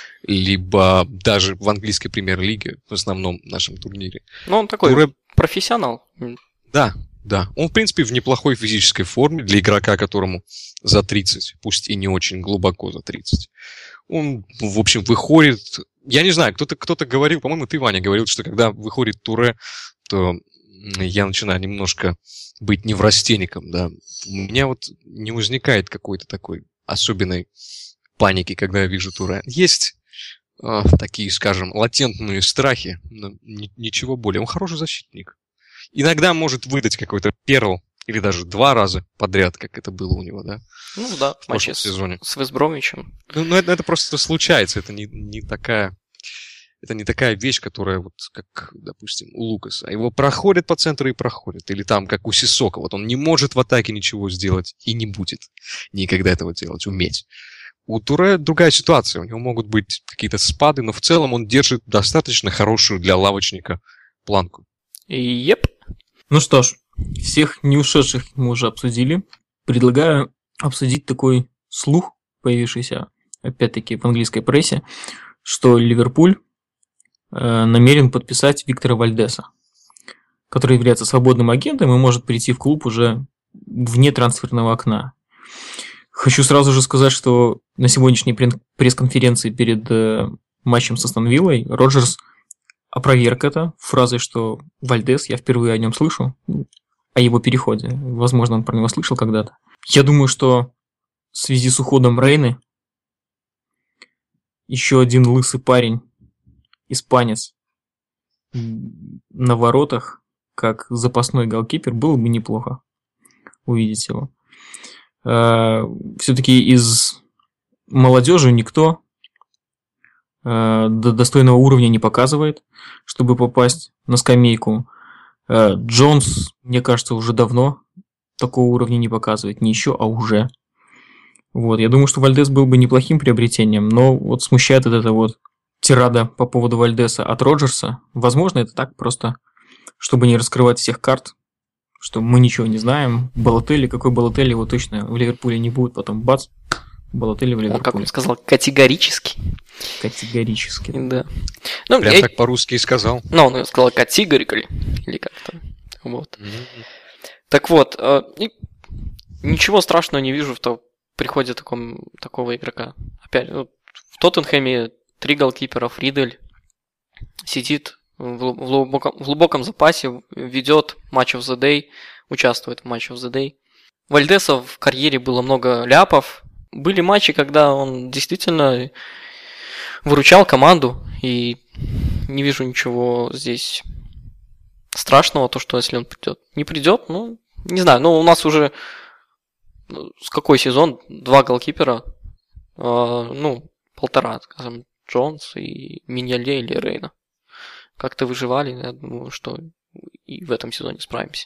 S3: либо даже в английской премьер-лиге, в основном нашем турнире.
S2: Ну, он такой Туре... профессионал.
S3: Да, да. Он, в принципе, в неплохой физической форме для игрока, которому за тридцать, пусть и не очень глубоко за тридцать. Он, в общем, выходит... Я не знаю, кто-то, кто-то говорил, по-моему, ты, Ваня, говорил, что когда выходит Туре, то я начинаю немножко быть неврастенником, да. У меня вот не возникает какой-то такой особенной паники, когда я вижу Туре. Есть э, такие, скажем, латентные страхи, но ни, ничего более. Он хороший защитник. Иногда может выдать какой-то перл, или даже два раза подряд, как это было у него, да?
S2: Ну да, в матче с, с Вестбромвичем.
S3: Ну, ну это, это просто случается, это не, не такая... Это не такая вещь, которая вот как, допустим, у Лукаса. Его проходят по центру и проходят. Или там, как у Сиссока. Вот он не может в атаке ничего сделать и не будет никогда этого делать, уметь. У Туре другая ситуация. У него могут быть какие-то спады, но в целом он держит достаточно хорошую для лавочника планку.
S2: Еп.
S1: Ну что ж, всех не ушедших мы уже обсудили. Предлагаю обсудить такой слух, появившийся опять-таки в английской прессе, что Ливерпуль намерен подписать Виктора Вальдеса, который является свободным агентом и может прийти в клуб уже вне трансферного окна. Хочу сразу же сказать, что на сегодняшней пресс-конференции перед матчем с Астон Виллой Роджерс опроверг это фразой, что Вальдес, я впервые о нем слышу, о его переходе. Возможно, он про него слышал когда-то. Я думаю, что в связи с уходом Рейны еще один лысый парень, испанец, на воротах, как запасной голкипер, было бы неплохо увидеть его. Все-таки из молодежи никто до достойного уровня не показывает, чтобы попасть на скамейку. Джонс, мне кажется, уже давно такого уровня не показывает. Не еще, а уже. Вот. Я думаю, что Вальдес был бы неплохим приобретением, но вот смущает вот эта вот тирада по поводу Вальдеса от Роджерса. Возможно, это так просто, чтобы не раскрывать всех карт, что мы ничего не знаем. Балотелли, какой Балотелли, его точно в Ливерпуле не будет. Потом бац, Балотелли в Ливерпуле.
S2: Он, как он сказал, категорически.
S1: Категорически.
S2: Да. Ну,
S3: Прям
S2: я...
S3: так по-русски и сказал.
S2: Ну, он сказал категорикали, или как-то. Вот. Mm-hmm. Так вот, э, ничего страшного не вижу в том приходе таком, такого игрока. Опять, ну, в Тоттенхэме три голкипера, Фридель сидит в глубоком, в глубоком запасе, ведет Match of the Day, участвует в Match of the Day. У Вальдеса в карьере было много ляпов. Были матчи, когда он действительно выручал команду, и не вижу ничего здесь страшного, то, что если он придет. Не придет, ну, не знаю, но у нас уже с какой сезон? Два голкипера, э, ну, полтора, скажем, Джонс и Миньоле или Рейна. Как-то выживали, я думаю, что и в этом сезоне справимся.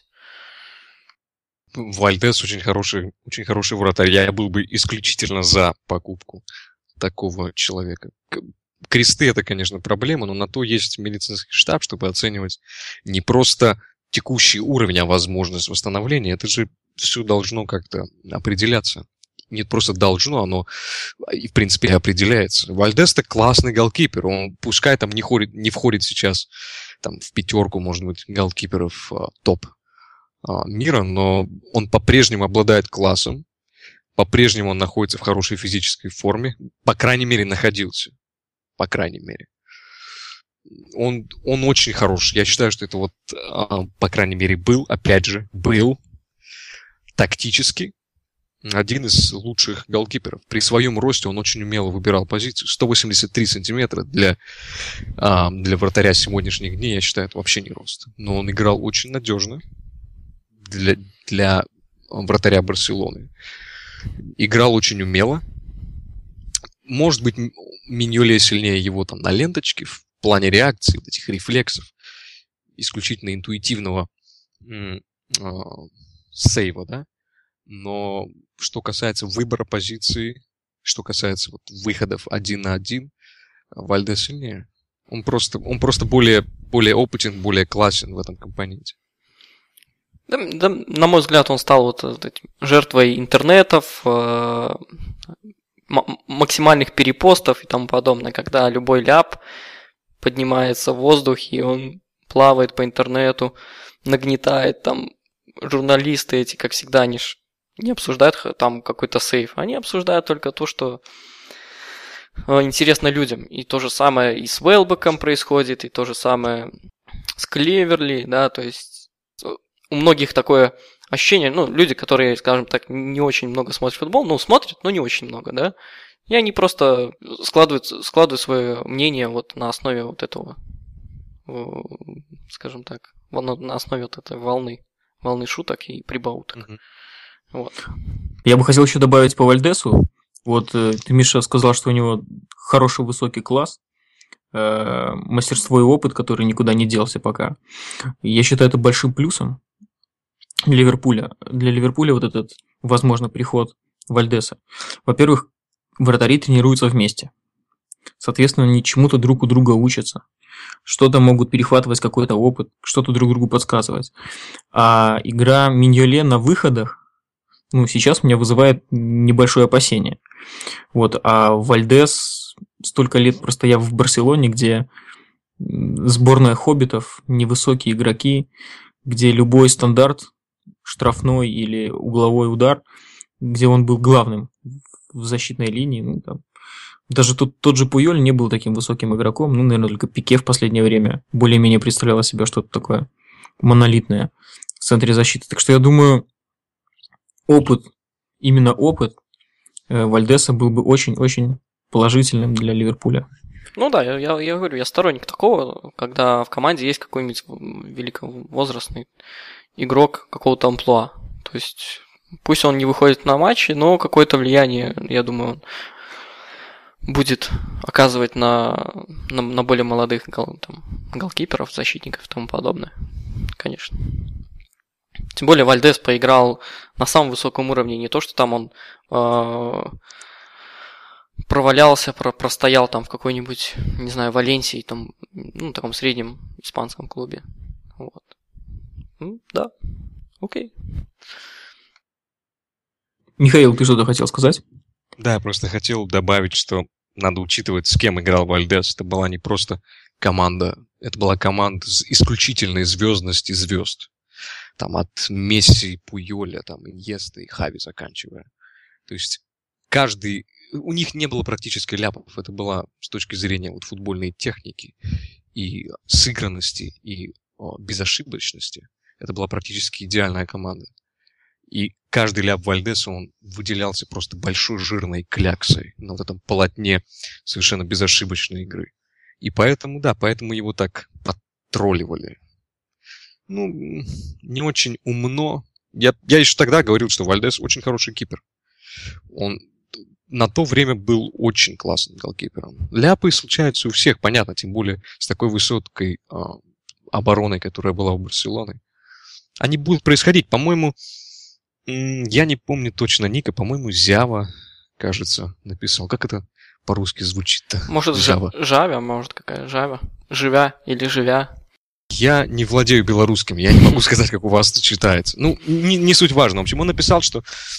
S3: Вальдес очень хороший, очень хороший вратарь. Я был бы исключительно за покупку такого человека. Кресты — это, конечно, проблема, но на то есть медицинский штаб, чтобы оценивать не просто текущий уровень, а возможность восстановления. Это же все должно как-то определяться. Не просто должно, оно и в принципе определяется. Вальдес — это классный голкипер. Он пускай там не, ходит, не входит сейчас там, в пятерку, может быть, голкиперов а, топ а, мира, но он по-прежнему обладает классом. По-прежнему он находится в хорошей физической форме. По крайней мере, находился. По крайней мере. Он, он очень хорош. Я считаю, что это вот, а, по крайней мере, был, опять же, был тактически один из лучших голкиперов. При своем росте он очень умело выбирал позицию. сто восемьдесят три сантиметра для, а, для вратаря сегодняшних дней, я считаю, это вообще не рост. Но он играл очень надежно для, для вратаря Барселоны. Играл очень умело. Может быть, Миньоле сильнее его там на ленточке в плане реакции, вот этих рефлексов, исключительно интуитивного м- э- сейва, да. Но что касается выбора позиции, что касается вот выходов один на один, Вальдес сильнее. Он просто, он просто более, более опытен, более классен в этом компоненте.
S2: Да, да, на мой взгляд, он стал вот, вот этим жертвой интернетов, э- м- максимальных перепостов и тому подобное, когда любой ляп поднимается в воздух, и он плавает по интернету, нагнетает там журналисты эти, как всегда, они ж не обсуждают там какой-то сейф, они обсуждают только то, что интересно людям. И то же самое и с Уэлбеком происходит, и то же самое с Клеверли, да, то есть у многих такое ощущение, ну, люди, которые, скажем так, не очень много смотрят футбол, ну, смотрят, но не очень много, да, и они просто складывают, складывают свое мнение вот на основе вот этого, скажем так, на основе вот этой волны, волны шуток и прибауток. Mm-hmm. Вот.
S1: Я бы хотел еще добавить по Вальдесу. Вот ты, Миша, сказал, что у него хороший высокий класс, э, мастерство и опыт, который никуда не делся пока. Я считаю это большим плюсом для Ливерпуля. Для Ливерпуля вот этот, возможно, приход Вальдеса. Во-первых, вратари тренируются вместе. Соответственно, они чему-то друг у друга учатся. Что-то могут перехватывать какой-то опыт, что-то друг другу подсказывать. А игра Миньоле на выходах, ну, сейчас меня вызывает небольшое опасение. Вот, а Вальдес, столько лет простояв в Барселоне, где сборная хоббитов, невысокие игроки, где любой стандарт, штрафной или угловой удар, где он был главным в защитной линии, ну, там, даже тут, тот же Пуйоль не был таким высоким игроком, ну, наверное, только Пике в последнее время более-менее представлял себя что-то такое монолитное в центре защиты. Так что я думаю, опыт, именно опыт Вальдеса был бы очень-очень положительным для Ливерпуля.
S2: Ну да, я, я, я говорю, я сторонник такого, когда в команде есть какой-нибудь великовозрастный игрок какого-то амплуа. То есть пусть он не выходит на матчи, но какое-то влияние, я думаю, он будет оказывать на, на, на более молодых гол, там, голкиперов, защитников и тому подобное. Конечно. Тем более Вальдес поиграл на самом высоком уровне. Не то, что там он э, провалялся, про, простоял там в какой-нибудь, не знаю, Валенсии, там, ну, таком среднем испанском клубе. Вот. Ну, да, окей.
S1: Михаил, ты что-то хотел сказать?
S3: Да, я просто хотел добавить, что надо учитывать, с кем играл Вальдес. Это была не просто команда, это была команда с исключительной звездности звезд. Там от Месси, Пуйоля, там, Иньеста и Хави заканчивая. То есть каждый... У них не было практически ляпов. Это была с точки зрения вот, футбольной техники и сыгранности, и о, безошибочности. Это была практически идеальная команда. И каждый ляп Вальдеса, он выделялся просто большой жирной кляксой на вот этом полотне совершенно безошибочной игры. И поэтому, да, поэтому его так подтролливали. Ну, не очень умно. Я, я еще тогда говорил, что Вальдес очень хороший кипер. Он на то время был очень классным голкипером. Ляпы случаются у всех, понятно, тем более с такой высокой а, обороной, которая была у Барселоны. Они будут происходить. По-моему, я не помню точно ника, по-моему, Зява, кажется, написал. Как это по-русски звучит-то?
S2: Может,
S3: Зява.
S2: Жавя, может, какая Жавя? Живя или живя?
S3: Я не владею белорусским, я не могу сказать, как у вас это читается. Ну, не, не суть важно. В общем, он написал, что...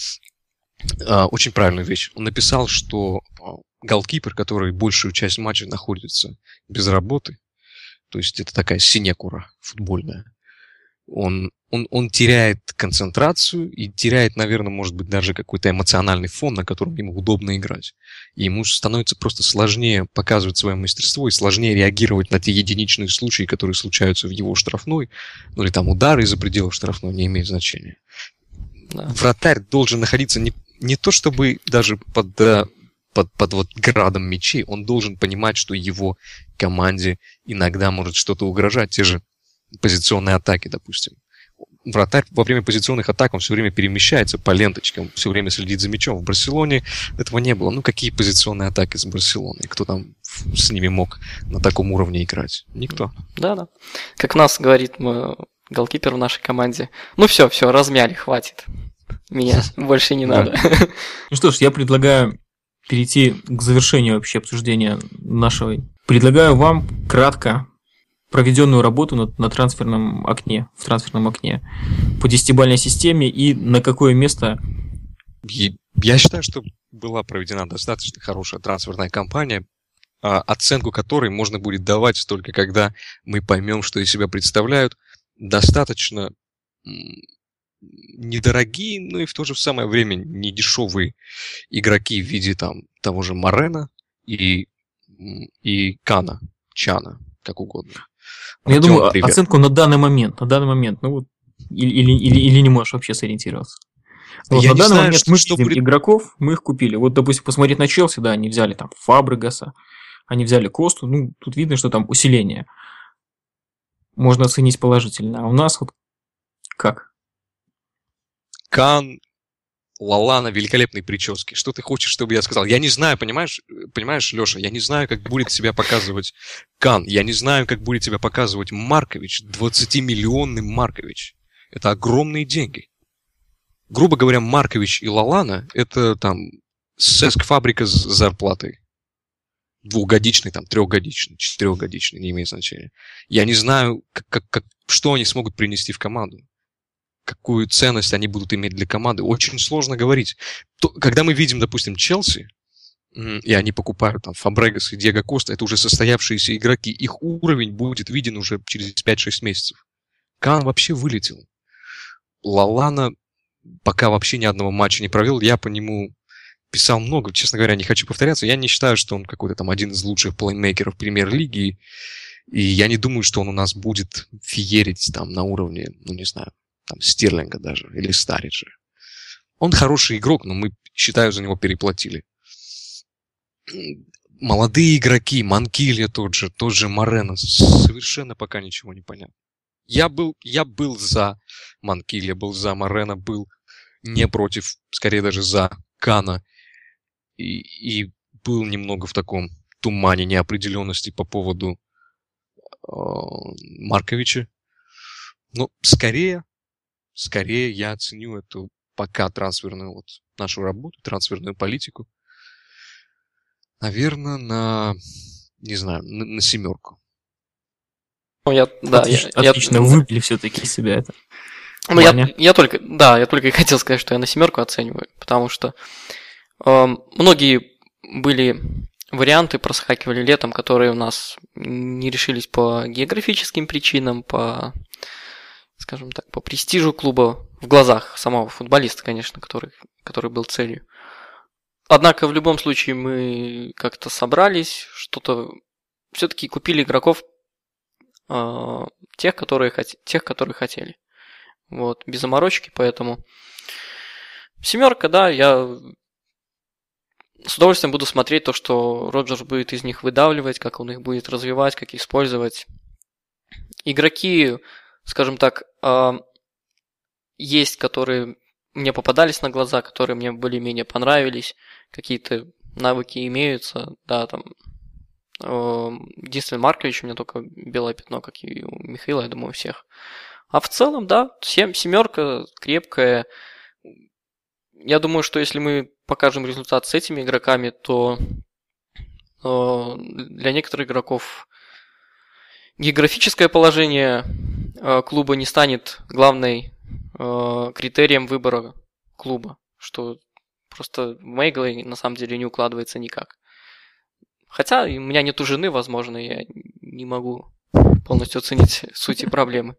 S3: А, очень правильную вещь. Он написал, что голкипер, который большую часть матча находится без работы, то есть это такая синекура футбольная, он, он, он теряет концентрацию и теряет, наверное, может быть, даже какой-то эмоциональный фон, на котором ему удобно играть. И ему становится просто сложнее показывать свое мастерство и сложнее реагировать на те единичные случаи, которые случаются в его штрафной, ну или там удары из-за пределов штрафной, не имеет значения. Да. Вратарь должен находиться не, не то чтобы даже под, под, под вот градом мячей, он должен понимать, что его команде иногда может что-то угрожать, те же позиционные атаки, допустим. Вратарь во время позиционных атак, он все время перемещается по ленточкам, все время следит за мячом. В Барселоне этого не было. Ну, какие позиционные атаки с Барселоной? Кто там с ними мог на таком уровне играть? Никто.
S2: Да-да. Как нас говорит голкипер в нашей команде. Ну все, все, размяли, хватит. Меня больше не надо.
S1: Ну что ж, я предлагаю перейти к завершению вообще обсуждения нашего. Предлагаю вам кратко проведенную работу на, на трансферном окне, в трансферном окне по десятибалльной системе и на какое место...
S3: Я считаю, что была проведена достаточно хорошая трансферная кампания, оценку которой можно будет давать только когда мы поймем, что из себя представляют достаточно недорогие, но и в то же самое время недешевые игроки в виде там того же Морена и, и Кана, Чана, как угодно.
S1: Я Артём, думаю, привет. Оценку на данный момент, на данный момент, ну вот, или, или, или, или не можешь вообще сориентироваться. Вот на данный знаю, момент что, мы что видим будет... игроков, мы их купили. Вот, допустим, посмотреть на Челси, да, они взяли там Фабрегаса, они взяли Косту, ну, тут видно, что там усиление. Можно оценить положительно. А у нас вот как?
S3: Кан, Лалана, великолепные прически. Что ты хочешь, чтобы я сказал? Я не знаю, понимаешь, понимаешь, Леша, я не знаю, как будет себя показывать Кан. Я не знаю, как будет себя показывать Маркович, двадцатимиллионный Маркович. Это огромные деньги. Грубо говоря, Маркович и Лалана – это там сеск-фабрика с зарплатой. Двухгодичный, там, трехгодичный, четырехгодичный, не имеет значения. Я не знаю, как, как, как, что они смогут принести в команду. Какую ценность они будут иметь для команды. Очень сложно говорить. То, когда мы видим, допустим, Челси, и они покупают там Фабрегас и Диего Коста, это уже состоявшиеся игроки. Их уровень будет виден уже через пять-шесть месяцев. Кан вообще вылетел. Лалана пока вообще ни одного матча не провел. Я по нему писал много. Честно говоря, не хочу повторяться. Я не считаю, что он какой-то там один из лучших плеймейкеров премьер-лиги. И я не думаю, что он у нас будет феерить там на уровне, ну не знаю, там Стерлинга даже, или Стариджа. Он хороший игрок, но мы, считаю, за него переплатили. молодые игроки, Манкилья тот же, тот же Морено, совершенно пока ничего не понятно. Я был, я был за Манкилья, был за Морено, был не против, скорее даже за Кана. И, и был немного в таком тумане неопределенности по поводу э, Марковича. Но скорее, скорее я оценю эту пока трансферную вот нашу работу, трансферную политику. Наверное, на, не знаю, на, на семерку.
S2: Ну, я, да,
S1: отлично,
S2: я,
S1: отлично
S2: я,
S1: выбили все-таки из себя это.
S2: Ну, я, я только, да, я только и хотел сказать, что я на семерку оцениваю, потому что э, многие были варианты, проскакивали летом, которые у нас не решились по географическим причинам, по, скажем так, по престижу клуба в глазах самого футболиста, конечно, который, который был целью. Однако в любом случае мы как-то собрались, что-то все-таки купили игроков э, тех, которые хот... тех, которые хотели. Вот, без заморочки, поэтому семерка, да, я с удовольствием буду смотреть то, что Роджерс будет из них выдавливать, как он их будет развивать, как использовать. Игроки, скажем так, э, есть, которые мне попадались на глаза, которые мне более-менее понравились, какие-то навыки имеются, да, там, единственный Маркович у меня только белое пятно, как и у Михаила, я думаю, у всех. А в целом, да, семь, семерка крепкая. Я думаю, что если мы покажем результат с этими игроками, то э, для некоторых игроков географическое положение э, клуба не станет главной э, критерием выбора клуба, что просто в моей голове на самом деле не укладывается никак. Хотя у меня нету жены, возможно, я не могу полностью оценить суть проблемы.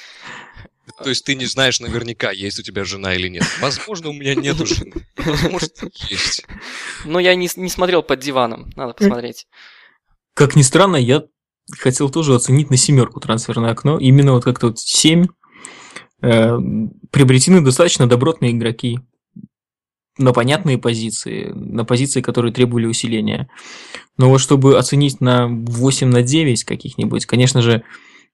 S3: То есть ты не знаешь наверняка, есть у тебя жена или нет. Возможно, у меня нету жены. Возможно, есть.
S2: Но я не, не смотрел под диваном, надо посмотреть.
S1: Как ни странно, я хотел тоже оценить на семерку трансферное окно. Именно вот как-то вот семь. Э, приобретены достаточно добротные игроки на понятные позиции, на позиции, которые требовали усиления. Но вот чтобы оценить на восемь на девять каких-нибудь, конечно же,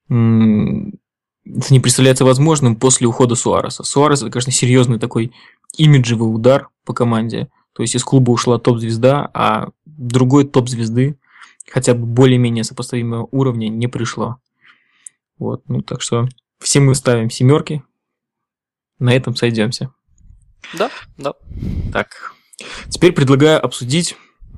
S1: м- это не представляется возможным после ухода Суареса. Суарес – это, конечно, серьезный такой имиджевый удар по команде. То есть из клуба ушла топ-звезда, а другой топ-звезды, хотя бы более-менее сопоставимого уровня, не пришло. Вот, ну так что все мы ставим семерки. На этом сойдемся.
S2: Да, да.
S1: Так, теперь предлагаю обсудить.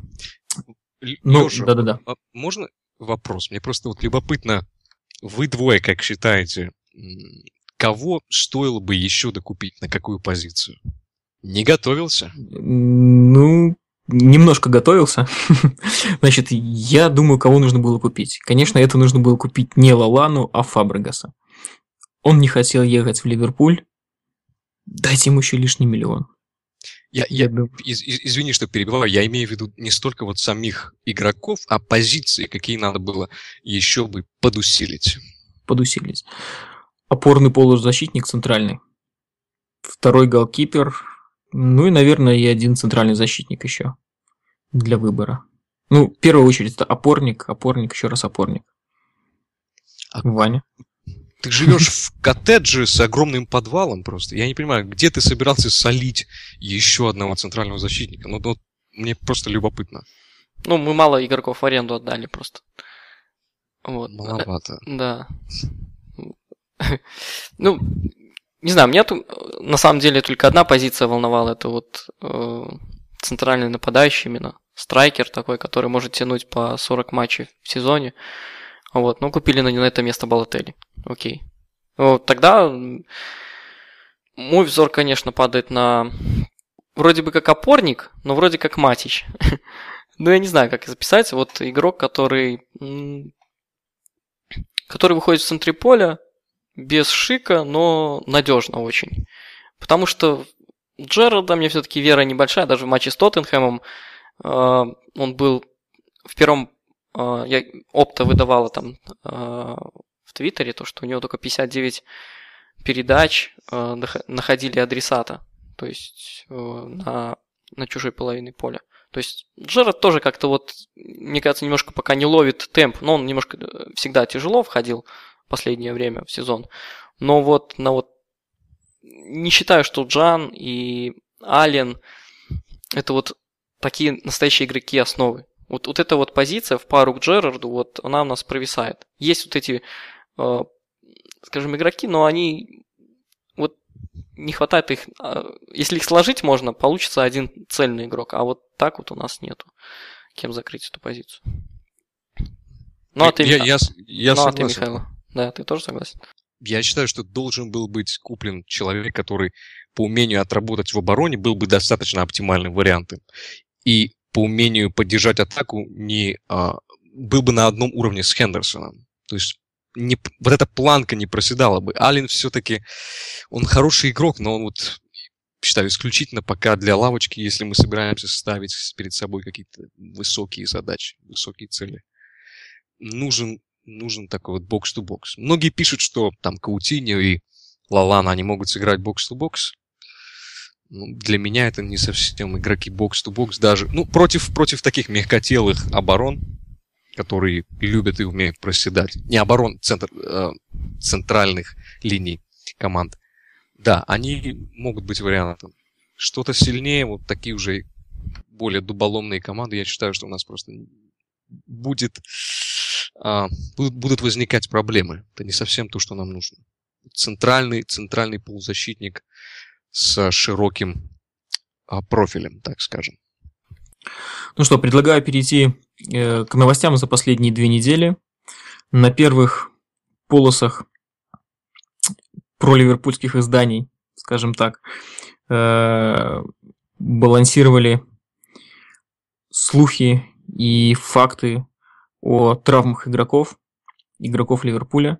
S1: Ну,
S3: Лёша,
S1: да-да-да.
S3: а можно вопрос? Мне просто вот любопытно, вы двое как считаете, кого стоило бы еще докупить, на какую позицию? Не готовился?
S1: Ну, немножко готовился. Значит, я думаю, кого нужно было купить. Конечно, это нужно было купить не Лалану, а Фабрегаса. Он не хотел ехать в Ливерпуль. Дайте ему еще лишний миллион.
S3: Я, я, из, из, извини, что перебиваю, я имею в виду не столько вот самих игроков, а позиции, какие надо было еще бы подусилить.
S1: Подусилить. Опорный полузащитник центральный. Второй голкипер. Ну и, наверное, и один центральный защитник еще для выбора. Ну, в первую очередь, это опорник, опорник, еще раз опорник.
S3: А
S1: Ваня.
S3: Ты живешь в коттедже с огромным подвалом просто. Я не понимаю, где ты собирался солить еще одного центрального защитника? Ну, ну мне просто любопытно.
S2: Ну, мы мало игроков в аренду отдали просто. Вот.
S3: Маловато.
S2: Да. Ну, не знаю, меня тут на самом деле только одна позиция волновала. Это вот э, центральный нападающий именно. Страйкер такой, который может тянуть по сорок матчей в сезоне. Вот, ну, купили на, на это место Балотелли. Окей. Вот, тогда мой взор, конечно, падает на вроде бы как опорник, но вроде как Матич. Ну, я не знаю, как записать. Вот игрок, который который выходит в центре поля без шика, но надежно очень. Потому что Джерарда мне все-таки вера небольшая. Даже в матче с Тоттенхэмом он был в первом... Я опта выдавала там в Твиттере, то, что у него только пятьдесят девять передач находили адресата, то есть на, на чужой половине поля. То есть Джерард тоже как-то вот, мне кажется, немножко пока не ловит темп, но он немножко всегда тяжело входил в последнее время в сезон. Но вот на вот не считаю, что Джан и Аллен это вот такие настоящие игроки основы. Вот, вот эта вот позиция в пару к Джерарду, вот она у нас провисает. Есть вот эти, э, скажем, игроки, но они вот не хватает их. Если их сложить можно, получится один цельный игрок. А вот так вот у нас нету кем закрыть эту позицию. Ну, а ты,
S3: я, я, я
S2: ну, а
S3: согласен.
S2: ты, Михаил? Да, ты тоже согласен?
S3: Я считаю, что должен был быть куплен человек, который по умению отработать в обороне был бы достаточно оптимальным вариантом. И по умению поддержать атаку не, а, был бы на одном уровне с Хендерсоном. То есть не, вот эта планка не проседала бы. Аллен все-таки, он хороший игрок, но он вот, считаю, исключительно пока для лавочки, если мы собираемся ставить перед собой какие-то высокие задачи, высокие цели. Нужен Нужен такой вот бокс-то-бокс. Многие пишут, что там Каутиньо и Лалана, они могут сыграть бокс-то-бокс. Ну, для меня это не совсем игроки бокс-то-бокс. Даже, ну, против, против таких мягкотелых оборон, которые любят и умеют проседать. Не оборон, центр, э, центральных линий команд. Да, они могут быть вариантом. Что-то сильнее, вот такие уже более дуболомные команды, я считаю, что у нас просто будет... А, будут возникать проблемы. Это не совсем то, что нам нужно. Центральный, центральный полузащитник с широким а, профилем, так скажем.
S1: Ну что, предлагаю перейти э, к новостям за последние две недели. На первых полосах проливерпульских изданий, скажем так, э, балансировали слухи и факты о травмах игроков, игроков Ливерпуля.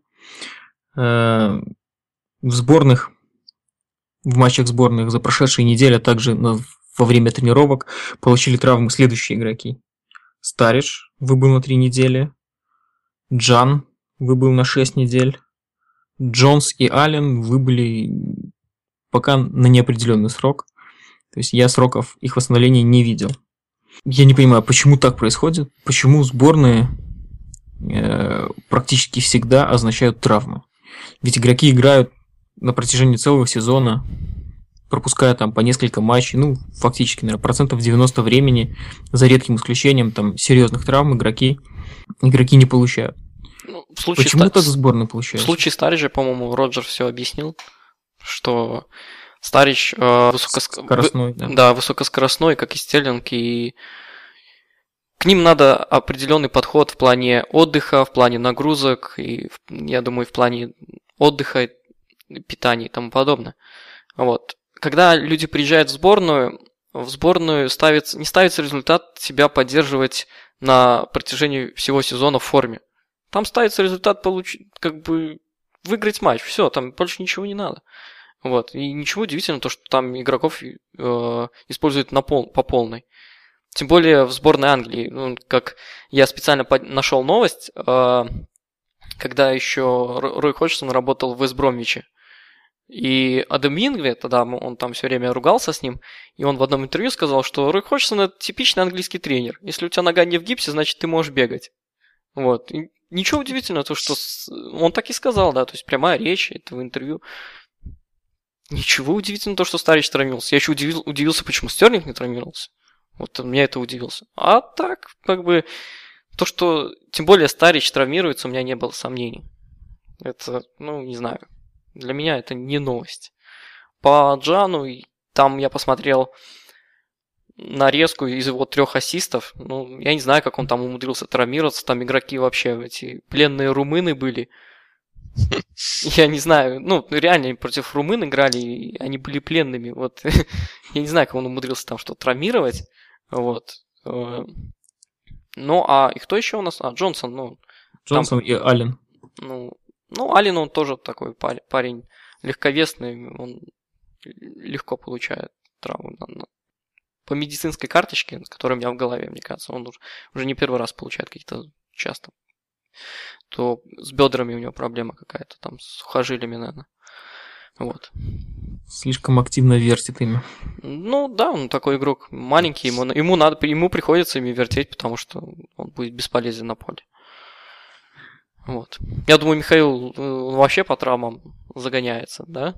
S1: В сборных, в матчах сборных за прошедшие недели, а также во время тренировок получили травмы следующие игроки. Старидж выбыл на три недели, Джан выбыл на шесть недель, Джонс и Аллен выбыли пока на неопределенный срок. То есть я сроков их восстановления не видел. Я не понимаю, почему так происходит, почему сборные э, практически всегда означают травмы. Ведь игроки играют на протяжении целого сезона, пропуская там по несколько матчей, ну, фактически, наверное, процентов девяносто времени, за редким исключением там серьезных травм игроки, игроки не получают.
S2: Ну, в случае
S1: почему
S2: ста...
S1: так сборные получаются?
S2: В случае Стариджа, по-моему, Роджер все объяснил, что Старидж э, высокоскоростной, да. Да, высокоскоростной, как и Стерлинг, и к ним надо определенный подход в плане отдыха, в плане нагрузок, и, я думаю, в плане отдыха, питания и тому подобное. Вот. Когда люди приезжают в сборную, в сборную ставится, не ставится результат себя поддерживать на протяжении всего сезона в форме. Там ставится результат получить, как бы выиграть матч, все, там больше ничего не надо. Вот. И ничего удивительного, то, что там игроков э, используют на пол, по полной. Тем более в сборной Англии. Ну, как я специально под... нашел новость, э, когда еще Рой Ходжсон работал в Вест-Бромвиче. И Адам Мингве, тогда он там все время ругался с ним, и он в одном интервью сказал, что Рой Ходжсон – это типичный английский тренер. Если у тебя нога не в гипсе, значит, ты можешь бегать. Вот. И ничего удивительного, то, что он так и сказал, да, то есть прямая речь, это в интервью. Ничего удивительного, то, что Старидж травмировался. Я еще удивил, удивился, почему Стерлинг не травмировался. Вот меня это удивился. А так, как бы, то, что тем более Старидж травмируется, у меня не было сомнений. Это, ну, не знаю. Для меня это не новость. По Джану, там я посмотрел нарезку из его трех ассистов. Ну, я не знаю, как он там умудрился травмироваться. Там игроки вообще, эти пленные румыны были. Я не знаю, ну, реально против румын играли, и они были пленными. Вот. Я не знаю, как он умудрился там что-то травмировать. Вот. Ну, а и кто еще у нас? А, Джонсон, ну.
S1: Джонсон там, и Аллен.
S2: Ну, ну, Аллен, он тоже такой парень, парень легковесный, он легко получает травму. По медицинской карточке, с которой у меня в голове, мне кажется, он уже не первый раз получает какие-то часто. То с бедрами у него проблема какая-то, там, с сухожилиями, наверное. Вот.
S1: Слишком активно вертит ими.
S2: Ну да, он такой игрок маленький, ему, ему, надо, ему приходится ими вертеть, потому что он будет бесполезен на поле. Вот. Я думаю, Михаил он вообще по травмам загоняется, да?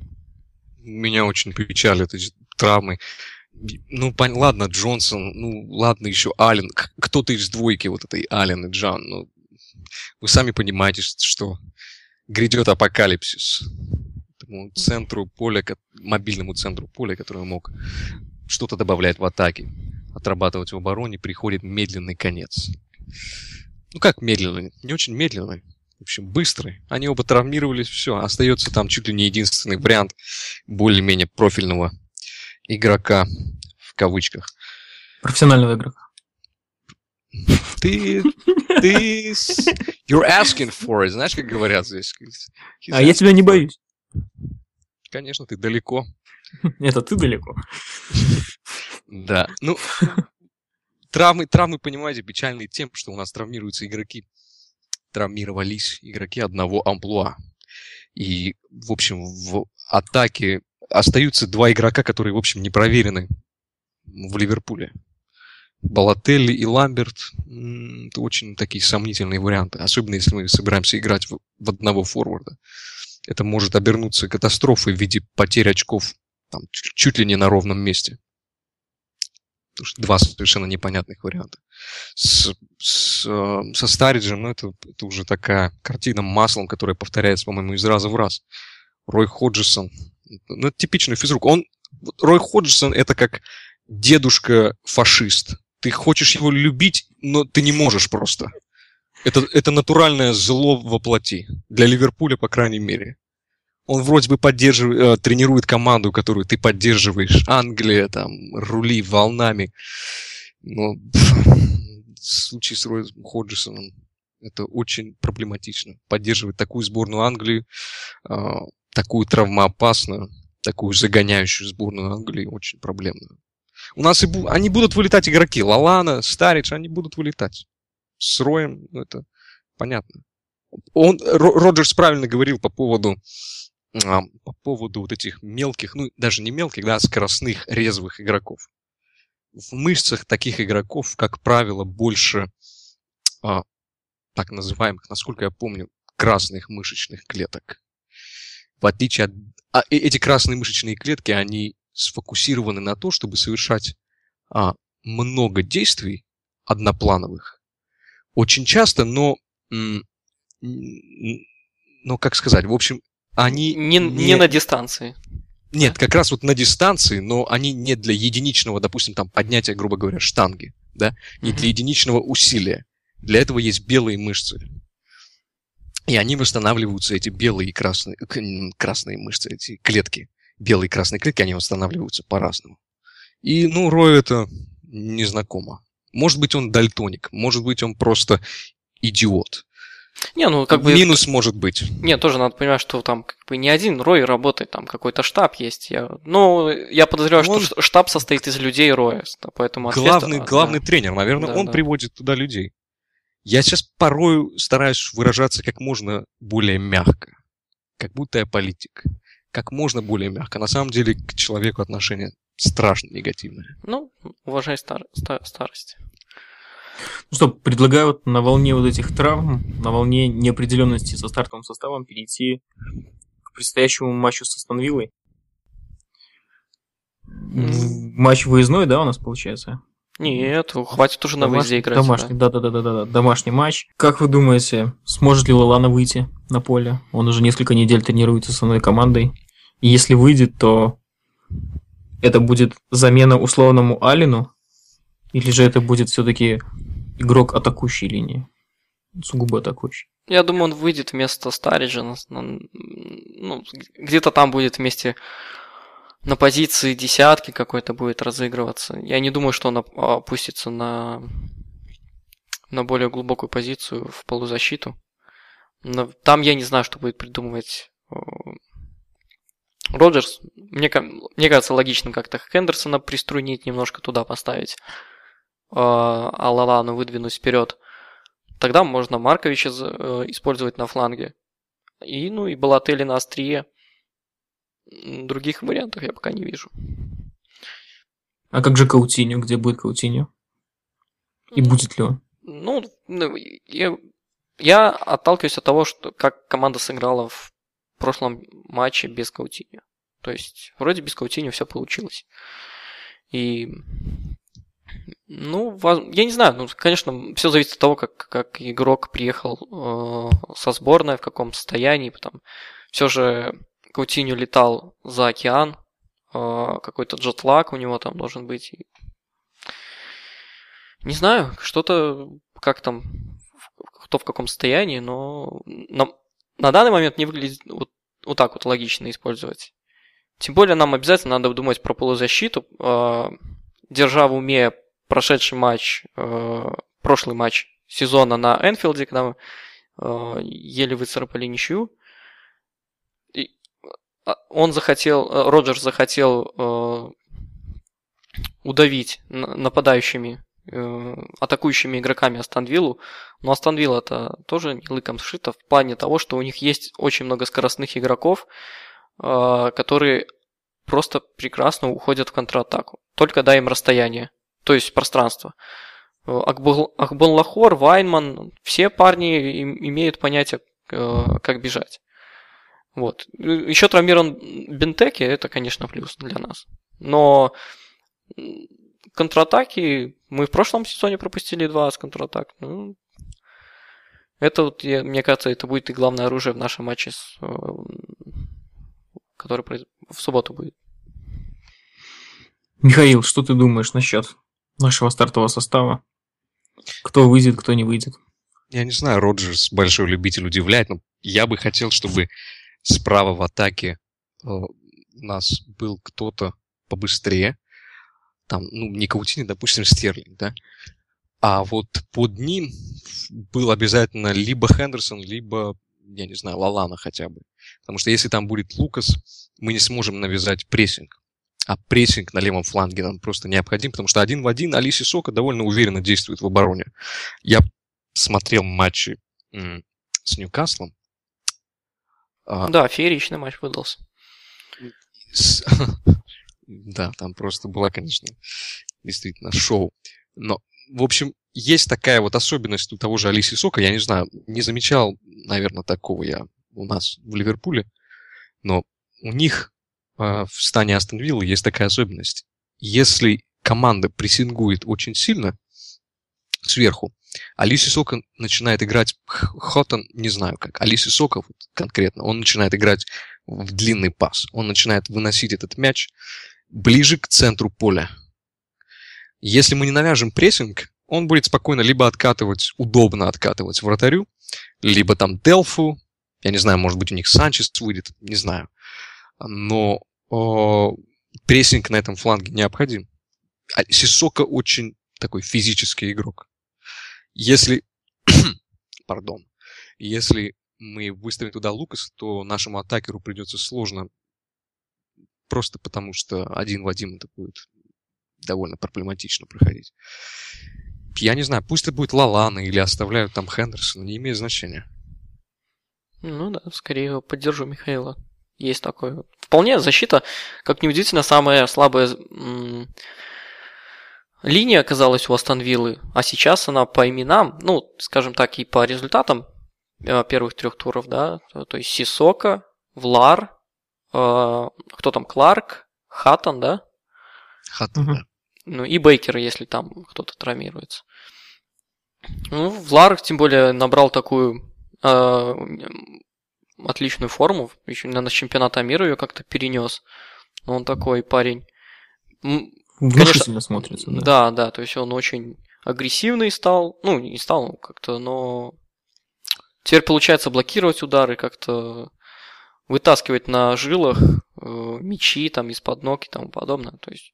S3: Меня очень печалят эти травмы. Ну, пон... ладно, Джонсон, ну, ладно, еще Аллен. Кто-то из двойки вот этой Аллен и Джан. Ну, вы сами понимаете, что грядет апокалипсис. Этому центру поля, мобильному центру поля, который мог что-то добавлять в атаке, отрабатывать в обороне, приходит медленный конец. Ну, как медленный? Не очень медленный. В общем, быстрый. Они оба травмировались, все. Остается там чуть ли не единственный вариант более-менее профильного игрока, в кавычках.
S1: Профессионального игрока.
S3: Ты... Ты... You're asking for it. Знаешь, как говорят здесь? He's
S1: а я тебя не боюсь.
S3: Конечно, ты далеко.
S1: Это ты далеко.
S3: Да. Ну, травмы, травмы, понимаете, печальные тем, что у нас травмируются игроки. Травмировались игроки одного амплуа. И, в общем, в атаке остаются два игрока, которые, в общем, не проверены в Ливерпуле. Балотелли и Ламберт – это очень такие сомнительные варианты. Особенно, если мы собираемся играть в, в одного форварда. Это может обернуться катастрофой в виде потери очков там, чуть ли не на ровном месте. Потому что два совершенно непонятных варианта. С, с, со Старриджем, ну, это, это уже такая картина маслом, которая повторяется, по-моему, из раза в раз. Рой Ходжсон. Ну, это типичный физрук. Он, Рой Ходжсон – это как дедушка-фашист. Ты хочешь его любить, но ты не можешь просто. Это, это натуральное зло во плоти. Для Ливерпуля, по крайней мере. Он вроде бы поддерживает, тренирует команду, которую ты поддерживаешь. Англия, там, рули волнами. Но в случае с Рой Ходжсоном это очень проблематично. Поддерживать такую сборную Англии, такую травмоопасную, такую загоняющую сборную Англии очень проблемную. У нас и бу- они будут вылетать игроки. Лалана, Старридж, они будут вылетать. С Роем, ну, это понятно. Он, Роджерс правильно говорил по поводу, а, по поводу вот этих мелких, ну, даже не мелких, да, скоростных, резвых игроков. В мышцах таких игроков, как правило, больше а, так называемых, насколько я помню, красных мышечных клеток. В отличие от... А, эти красные мышечные клетки, они сфокусированы на то, чтобы совершать а, много действий одноплановых. Очень часто, но, но, как сказать, в общем, они...
S2: Не, не... не на дистанции.
S3: Нет, как раз вот на дистанции, но они не для единичного, допустим, там, поднятия, грубо говоря, штанги, да, не для единичного усилия. Для этого есть белые мышцы. И они восстанавливаются, эти белые и красные, красные мышцы, эти клетки. Белые и красные клетки, они восстанавливаются по-разному. И, ну, Рою это незнакомо. Может быть, он дальтоник, может быть, он просто идиот.
S2: Не, ну, как бы...
S3: Минус может быть.
S2: Нет, тоже надо понимать, что там как бы не один Рой работает, там какой-то штаб есть. Я... Ну, я подозреваю, он... что штаб состоит из людей Роя, поэтому...
S3: Главный,
S2: ответственно...
S3: главный
S2: да.
S3: тренер, наверное, да, он да. приводит туда людей. Я сейчас порою стараюсь выражаться как можно более мягко. Как будто я политик. Как можно более мягко. На самом деле к человеку отношение страшно негативное.
S2: Ну, уважай стар... стар... старость.
S1: Ну что, предлагаю вот на волне вот этих травм, на волне неопределенности со стартовым составом перейти к предстоящему матчу с Астон Виллой. Mm. Матч выездной, да, у нас получается?
S2: Нет, хватит уже на выезде играть.
S1: Домашний, да-да-да-да-да, домашний матч. Как вы думаете, сможет ли Лалана выйти на поле? Он уже несколько недель тренируется с основной командой. И если выйдет, то это будет замена условному Аллену? Или же это будет все-таки игрок атакующей линии? Сугубо атакующий.
S2: Я думаю, он выйдет вместо Старриджа. Ну, где-то там будет вместе на позиции десятки какой-то будет разыгрываться. Я не думаю, что он опустится на, на более глубокую позицию в полузащиту. Но там я не знаю, что будет придумывать Роджерс. Мне, мне кажется, логичным как-то Хендерсона приструнить, немножко туда поставить, а Лалану выдвинуть вперед. Тогда можно Марковича использовать на фланге. И, ну, и Балотелли на острие. других вариантов я пока не вижу.
S1: А как же Каутиньо? Где будет Каутиньо? И будет ли он?
S2: Ну, я, я отталкиваюсь от того, что как команда сыграла в прошлом матче без Каутиньо. То есть, вроде без Каутиньо все получилось. И, ну, я не знаю, ну, конечно, все зависит от того, как, как игрок приехал э, со сборной, в каком состоянии. Потом. Все же Каутиньо летал за океан, э, какой-то джетлаг у него там должен быть. Не знаю, что-то, как там, кто в каком состоянии, но на, на данный момент не выглядит вот, вот так вот логично использовать. Тем более нам обязательно надо думать про полузащиту, э, держа в уме прошедший матч, э, прошлый матч сезона на Энфилде, когда мы э, еле выцарапали ничью. И он захотел, Роджерс захотел э, удавить нападающими, э, атакующими игроками Астон Виллу, но Астон Вилла это тоже не лыком сшито в плане того, что у них есть очень много скоростных игроков, которые просто прекрасно уходят в контратаку. Только дай им расстояние, то есть пространство. Акбон Лахор, Вайнман, все парни имеют понятие, как бежать. Вот. Еще травмирован Бентеке, это, конечно, плюс для нас. Но контратаки, мы в прошлом сезоне пропустили два с контратак. Ну, это, вот, мне кажется, это будет и главное оружие в нашем матче с который в субботу будет.
S1: Михаил, что ты думаешь насчет нашего стартового состава? Кто выйдет, кто не выйдет?
S3: Я не знаю, Роджерс большой любитель удивлять, но я бы хотел, чтобы справа в атаке э, у нас был кто-то побыстрее. Там, ну, не Каутиньо, допустим, Стерлинг, да? А вот под ним был обязательно либо Хендерсон, либо, я не знаю, Лалана хотя бы. Потому что если там будет Лукас, мы не сможем навязать прессинг. А прессинг на левом фланге нам просто необходим, потому что один в один Али Сиссоко довольно уверенно действует в обороне. Я смотрел матчи м- с Ньюкаслом.
S2: Да, фееричный матч выдался.
S3: С... Да, там просто была, конечно, действительно шоу. Но, в общем, есть такая вот особенность у того же Али Сиссоко. Я не знаю, не замечал, наверное, такого я у нас в Ливерпуле, но у них э, в стане Астон Виллы есть такая особенность. Если команда прессингует очень сильно сверху, Али Сиссоко начинает играть Хотон, не знаю как, Али Сиссоко вот конкретно, он начинает играть в длинный пас, он начинает выносить этот мяч ближе к центру поля. Если мы не навяжем прессинг, он будет спокойно либо откатывать, удобно откатывать вратарю, либо там Делфу, я не знаю, может быть, у них Санчес выйдет, не знаю. Но о, прессинг на этом фланге необходим. А Сиссоко очень такой физический игрок. Если, пардон, если мы выставим туда Лукаса, то нашему атакеру придется сложно, просто потому что один в один это будет довольно проблематично проходить. Я не знаю, пусть это будет Лалана или оставляют там Хендерсона, не имеет значения.
S2: Ну да, скорее поддержу Михаила. Есть такое. Вполне защита, как ни удивительно, самая слабая м- линия оказалась у Астон Виллы, а сейчас она по именам, ну, скажем так, и по результатам э, первых трех туров, да, то, то есть Сиссоко, Влар, э, кто там, Кларк, Хаттон, да?
S3: Хаттон,
S1: Угу.
S3: да.
S2: Ну и Бейкер, если там кто-то травмируется. Ну, Влар, тем более, набрал такую э, отличную форму, еще на чемпионата мира ее как-то перенес. Он такой парень.
S1: Внушительно
S2: Конечно,
S1: смотрится, да.
S2: Да, да, то есть он очень агрессивный стал. Ну, не стал как-то, но теперь получается блокировать удары, как-то вытаскивать на жилах э, мячи там из-под ног и тому подобное. То есть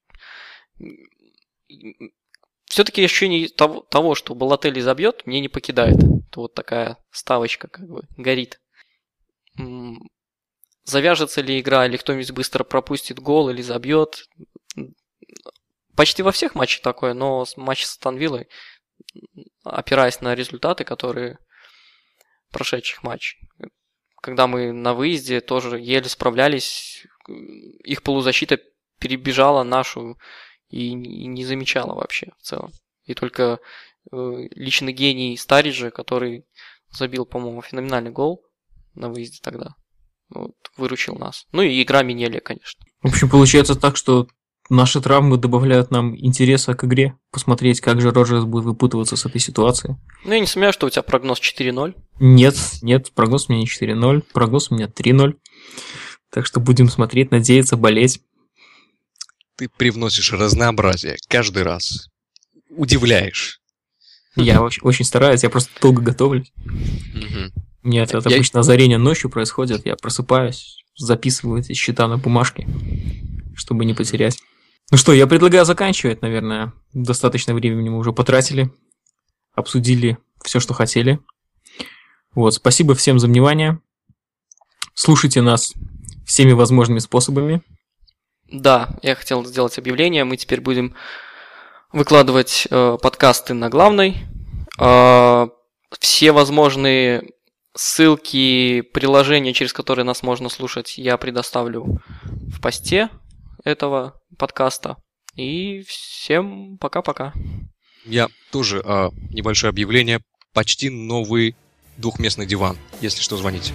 S2: все-таки ощущение того, того, что Балотелли забьет, мне не покидает. Это вот такая ставочка как бы горит. Завяжется ли игра, или кто-нибудь быстро пропустит гол, или забьет. Почти во всех матчах такое, но матч с Астон Виллой, опираясь на результаты, которые прошедших матчей. Когда мы на выезде тоже еле справлялись, их полузащита перебежала нашу и не замечала вообще в целом. И только личный гений Стариджа, который забил, по-моему, феноменальный гол на выезде тогда, вот, выручил нас. Ну и игра Миньелли, конечно.
S1: В общем, получается так, что наши травмы добавляют нам интереса к игре, посмотреть, как же Роджерс будет выпутываться с этой ситуации.
S2: Ну, я не сомневаюсь, что у тебя прогноз четыре ноль.
S1: Нет, нет, прогноз у меня не четыре ноль, прогноз у меня три ноль. Так что будем смотреть, надеяться, болеть.
S3: Ты привносишь разнообразие каждый раз. Удивляешь.
S1: Я очень, очень стараюсь, я просто долго готовлюсь. Нет, это я... обычно озарение ночью происходит, я просыпаюсь, записываю эти счета на бумажке, чтобы не потерять. Ну что, я предлагаю заканчивать, наверное. Достаточно времени мы уже потратили, обсудили все, что хотели. Вот, спасибо всем за внимание. Слушайте нас всеми возможными способами.
S2: Да, я хотел сделать объявление. Мы теперь будем выкладывать э, подкасты на главной. Э, все возможные ссылки, приложения, через которые нас можно слушать, я предоставлю в посте этого подкаста. И всем пока-пока.
S3: Я тоже э, небольшое объявление. Почти новый двухместный диван. Если что, звоните.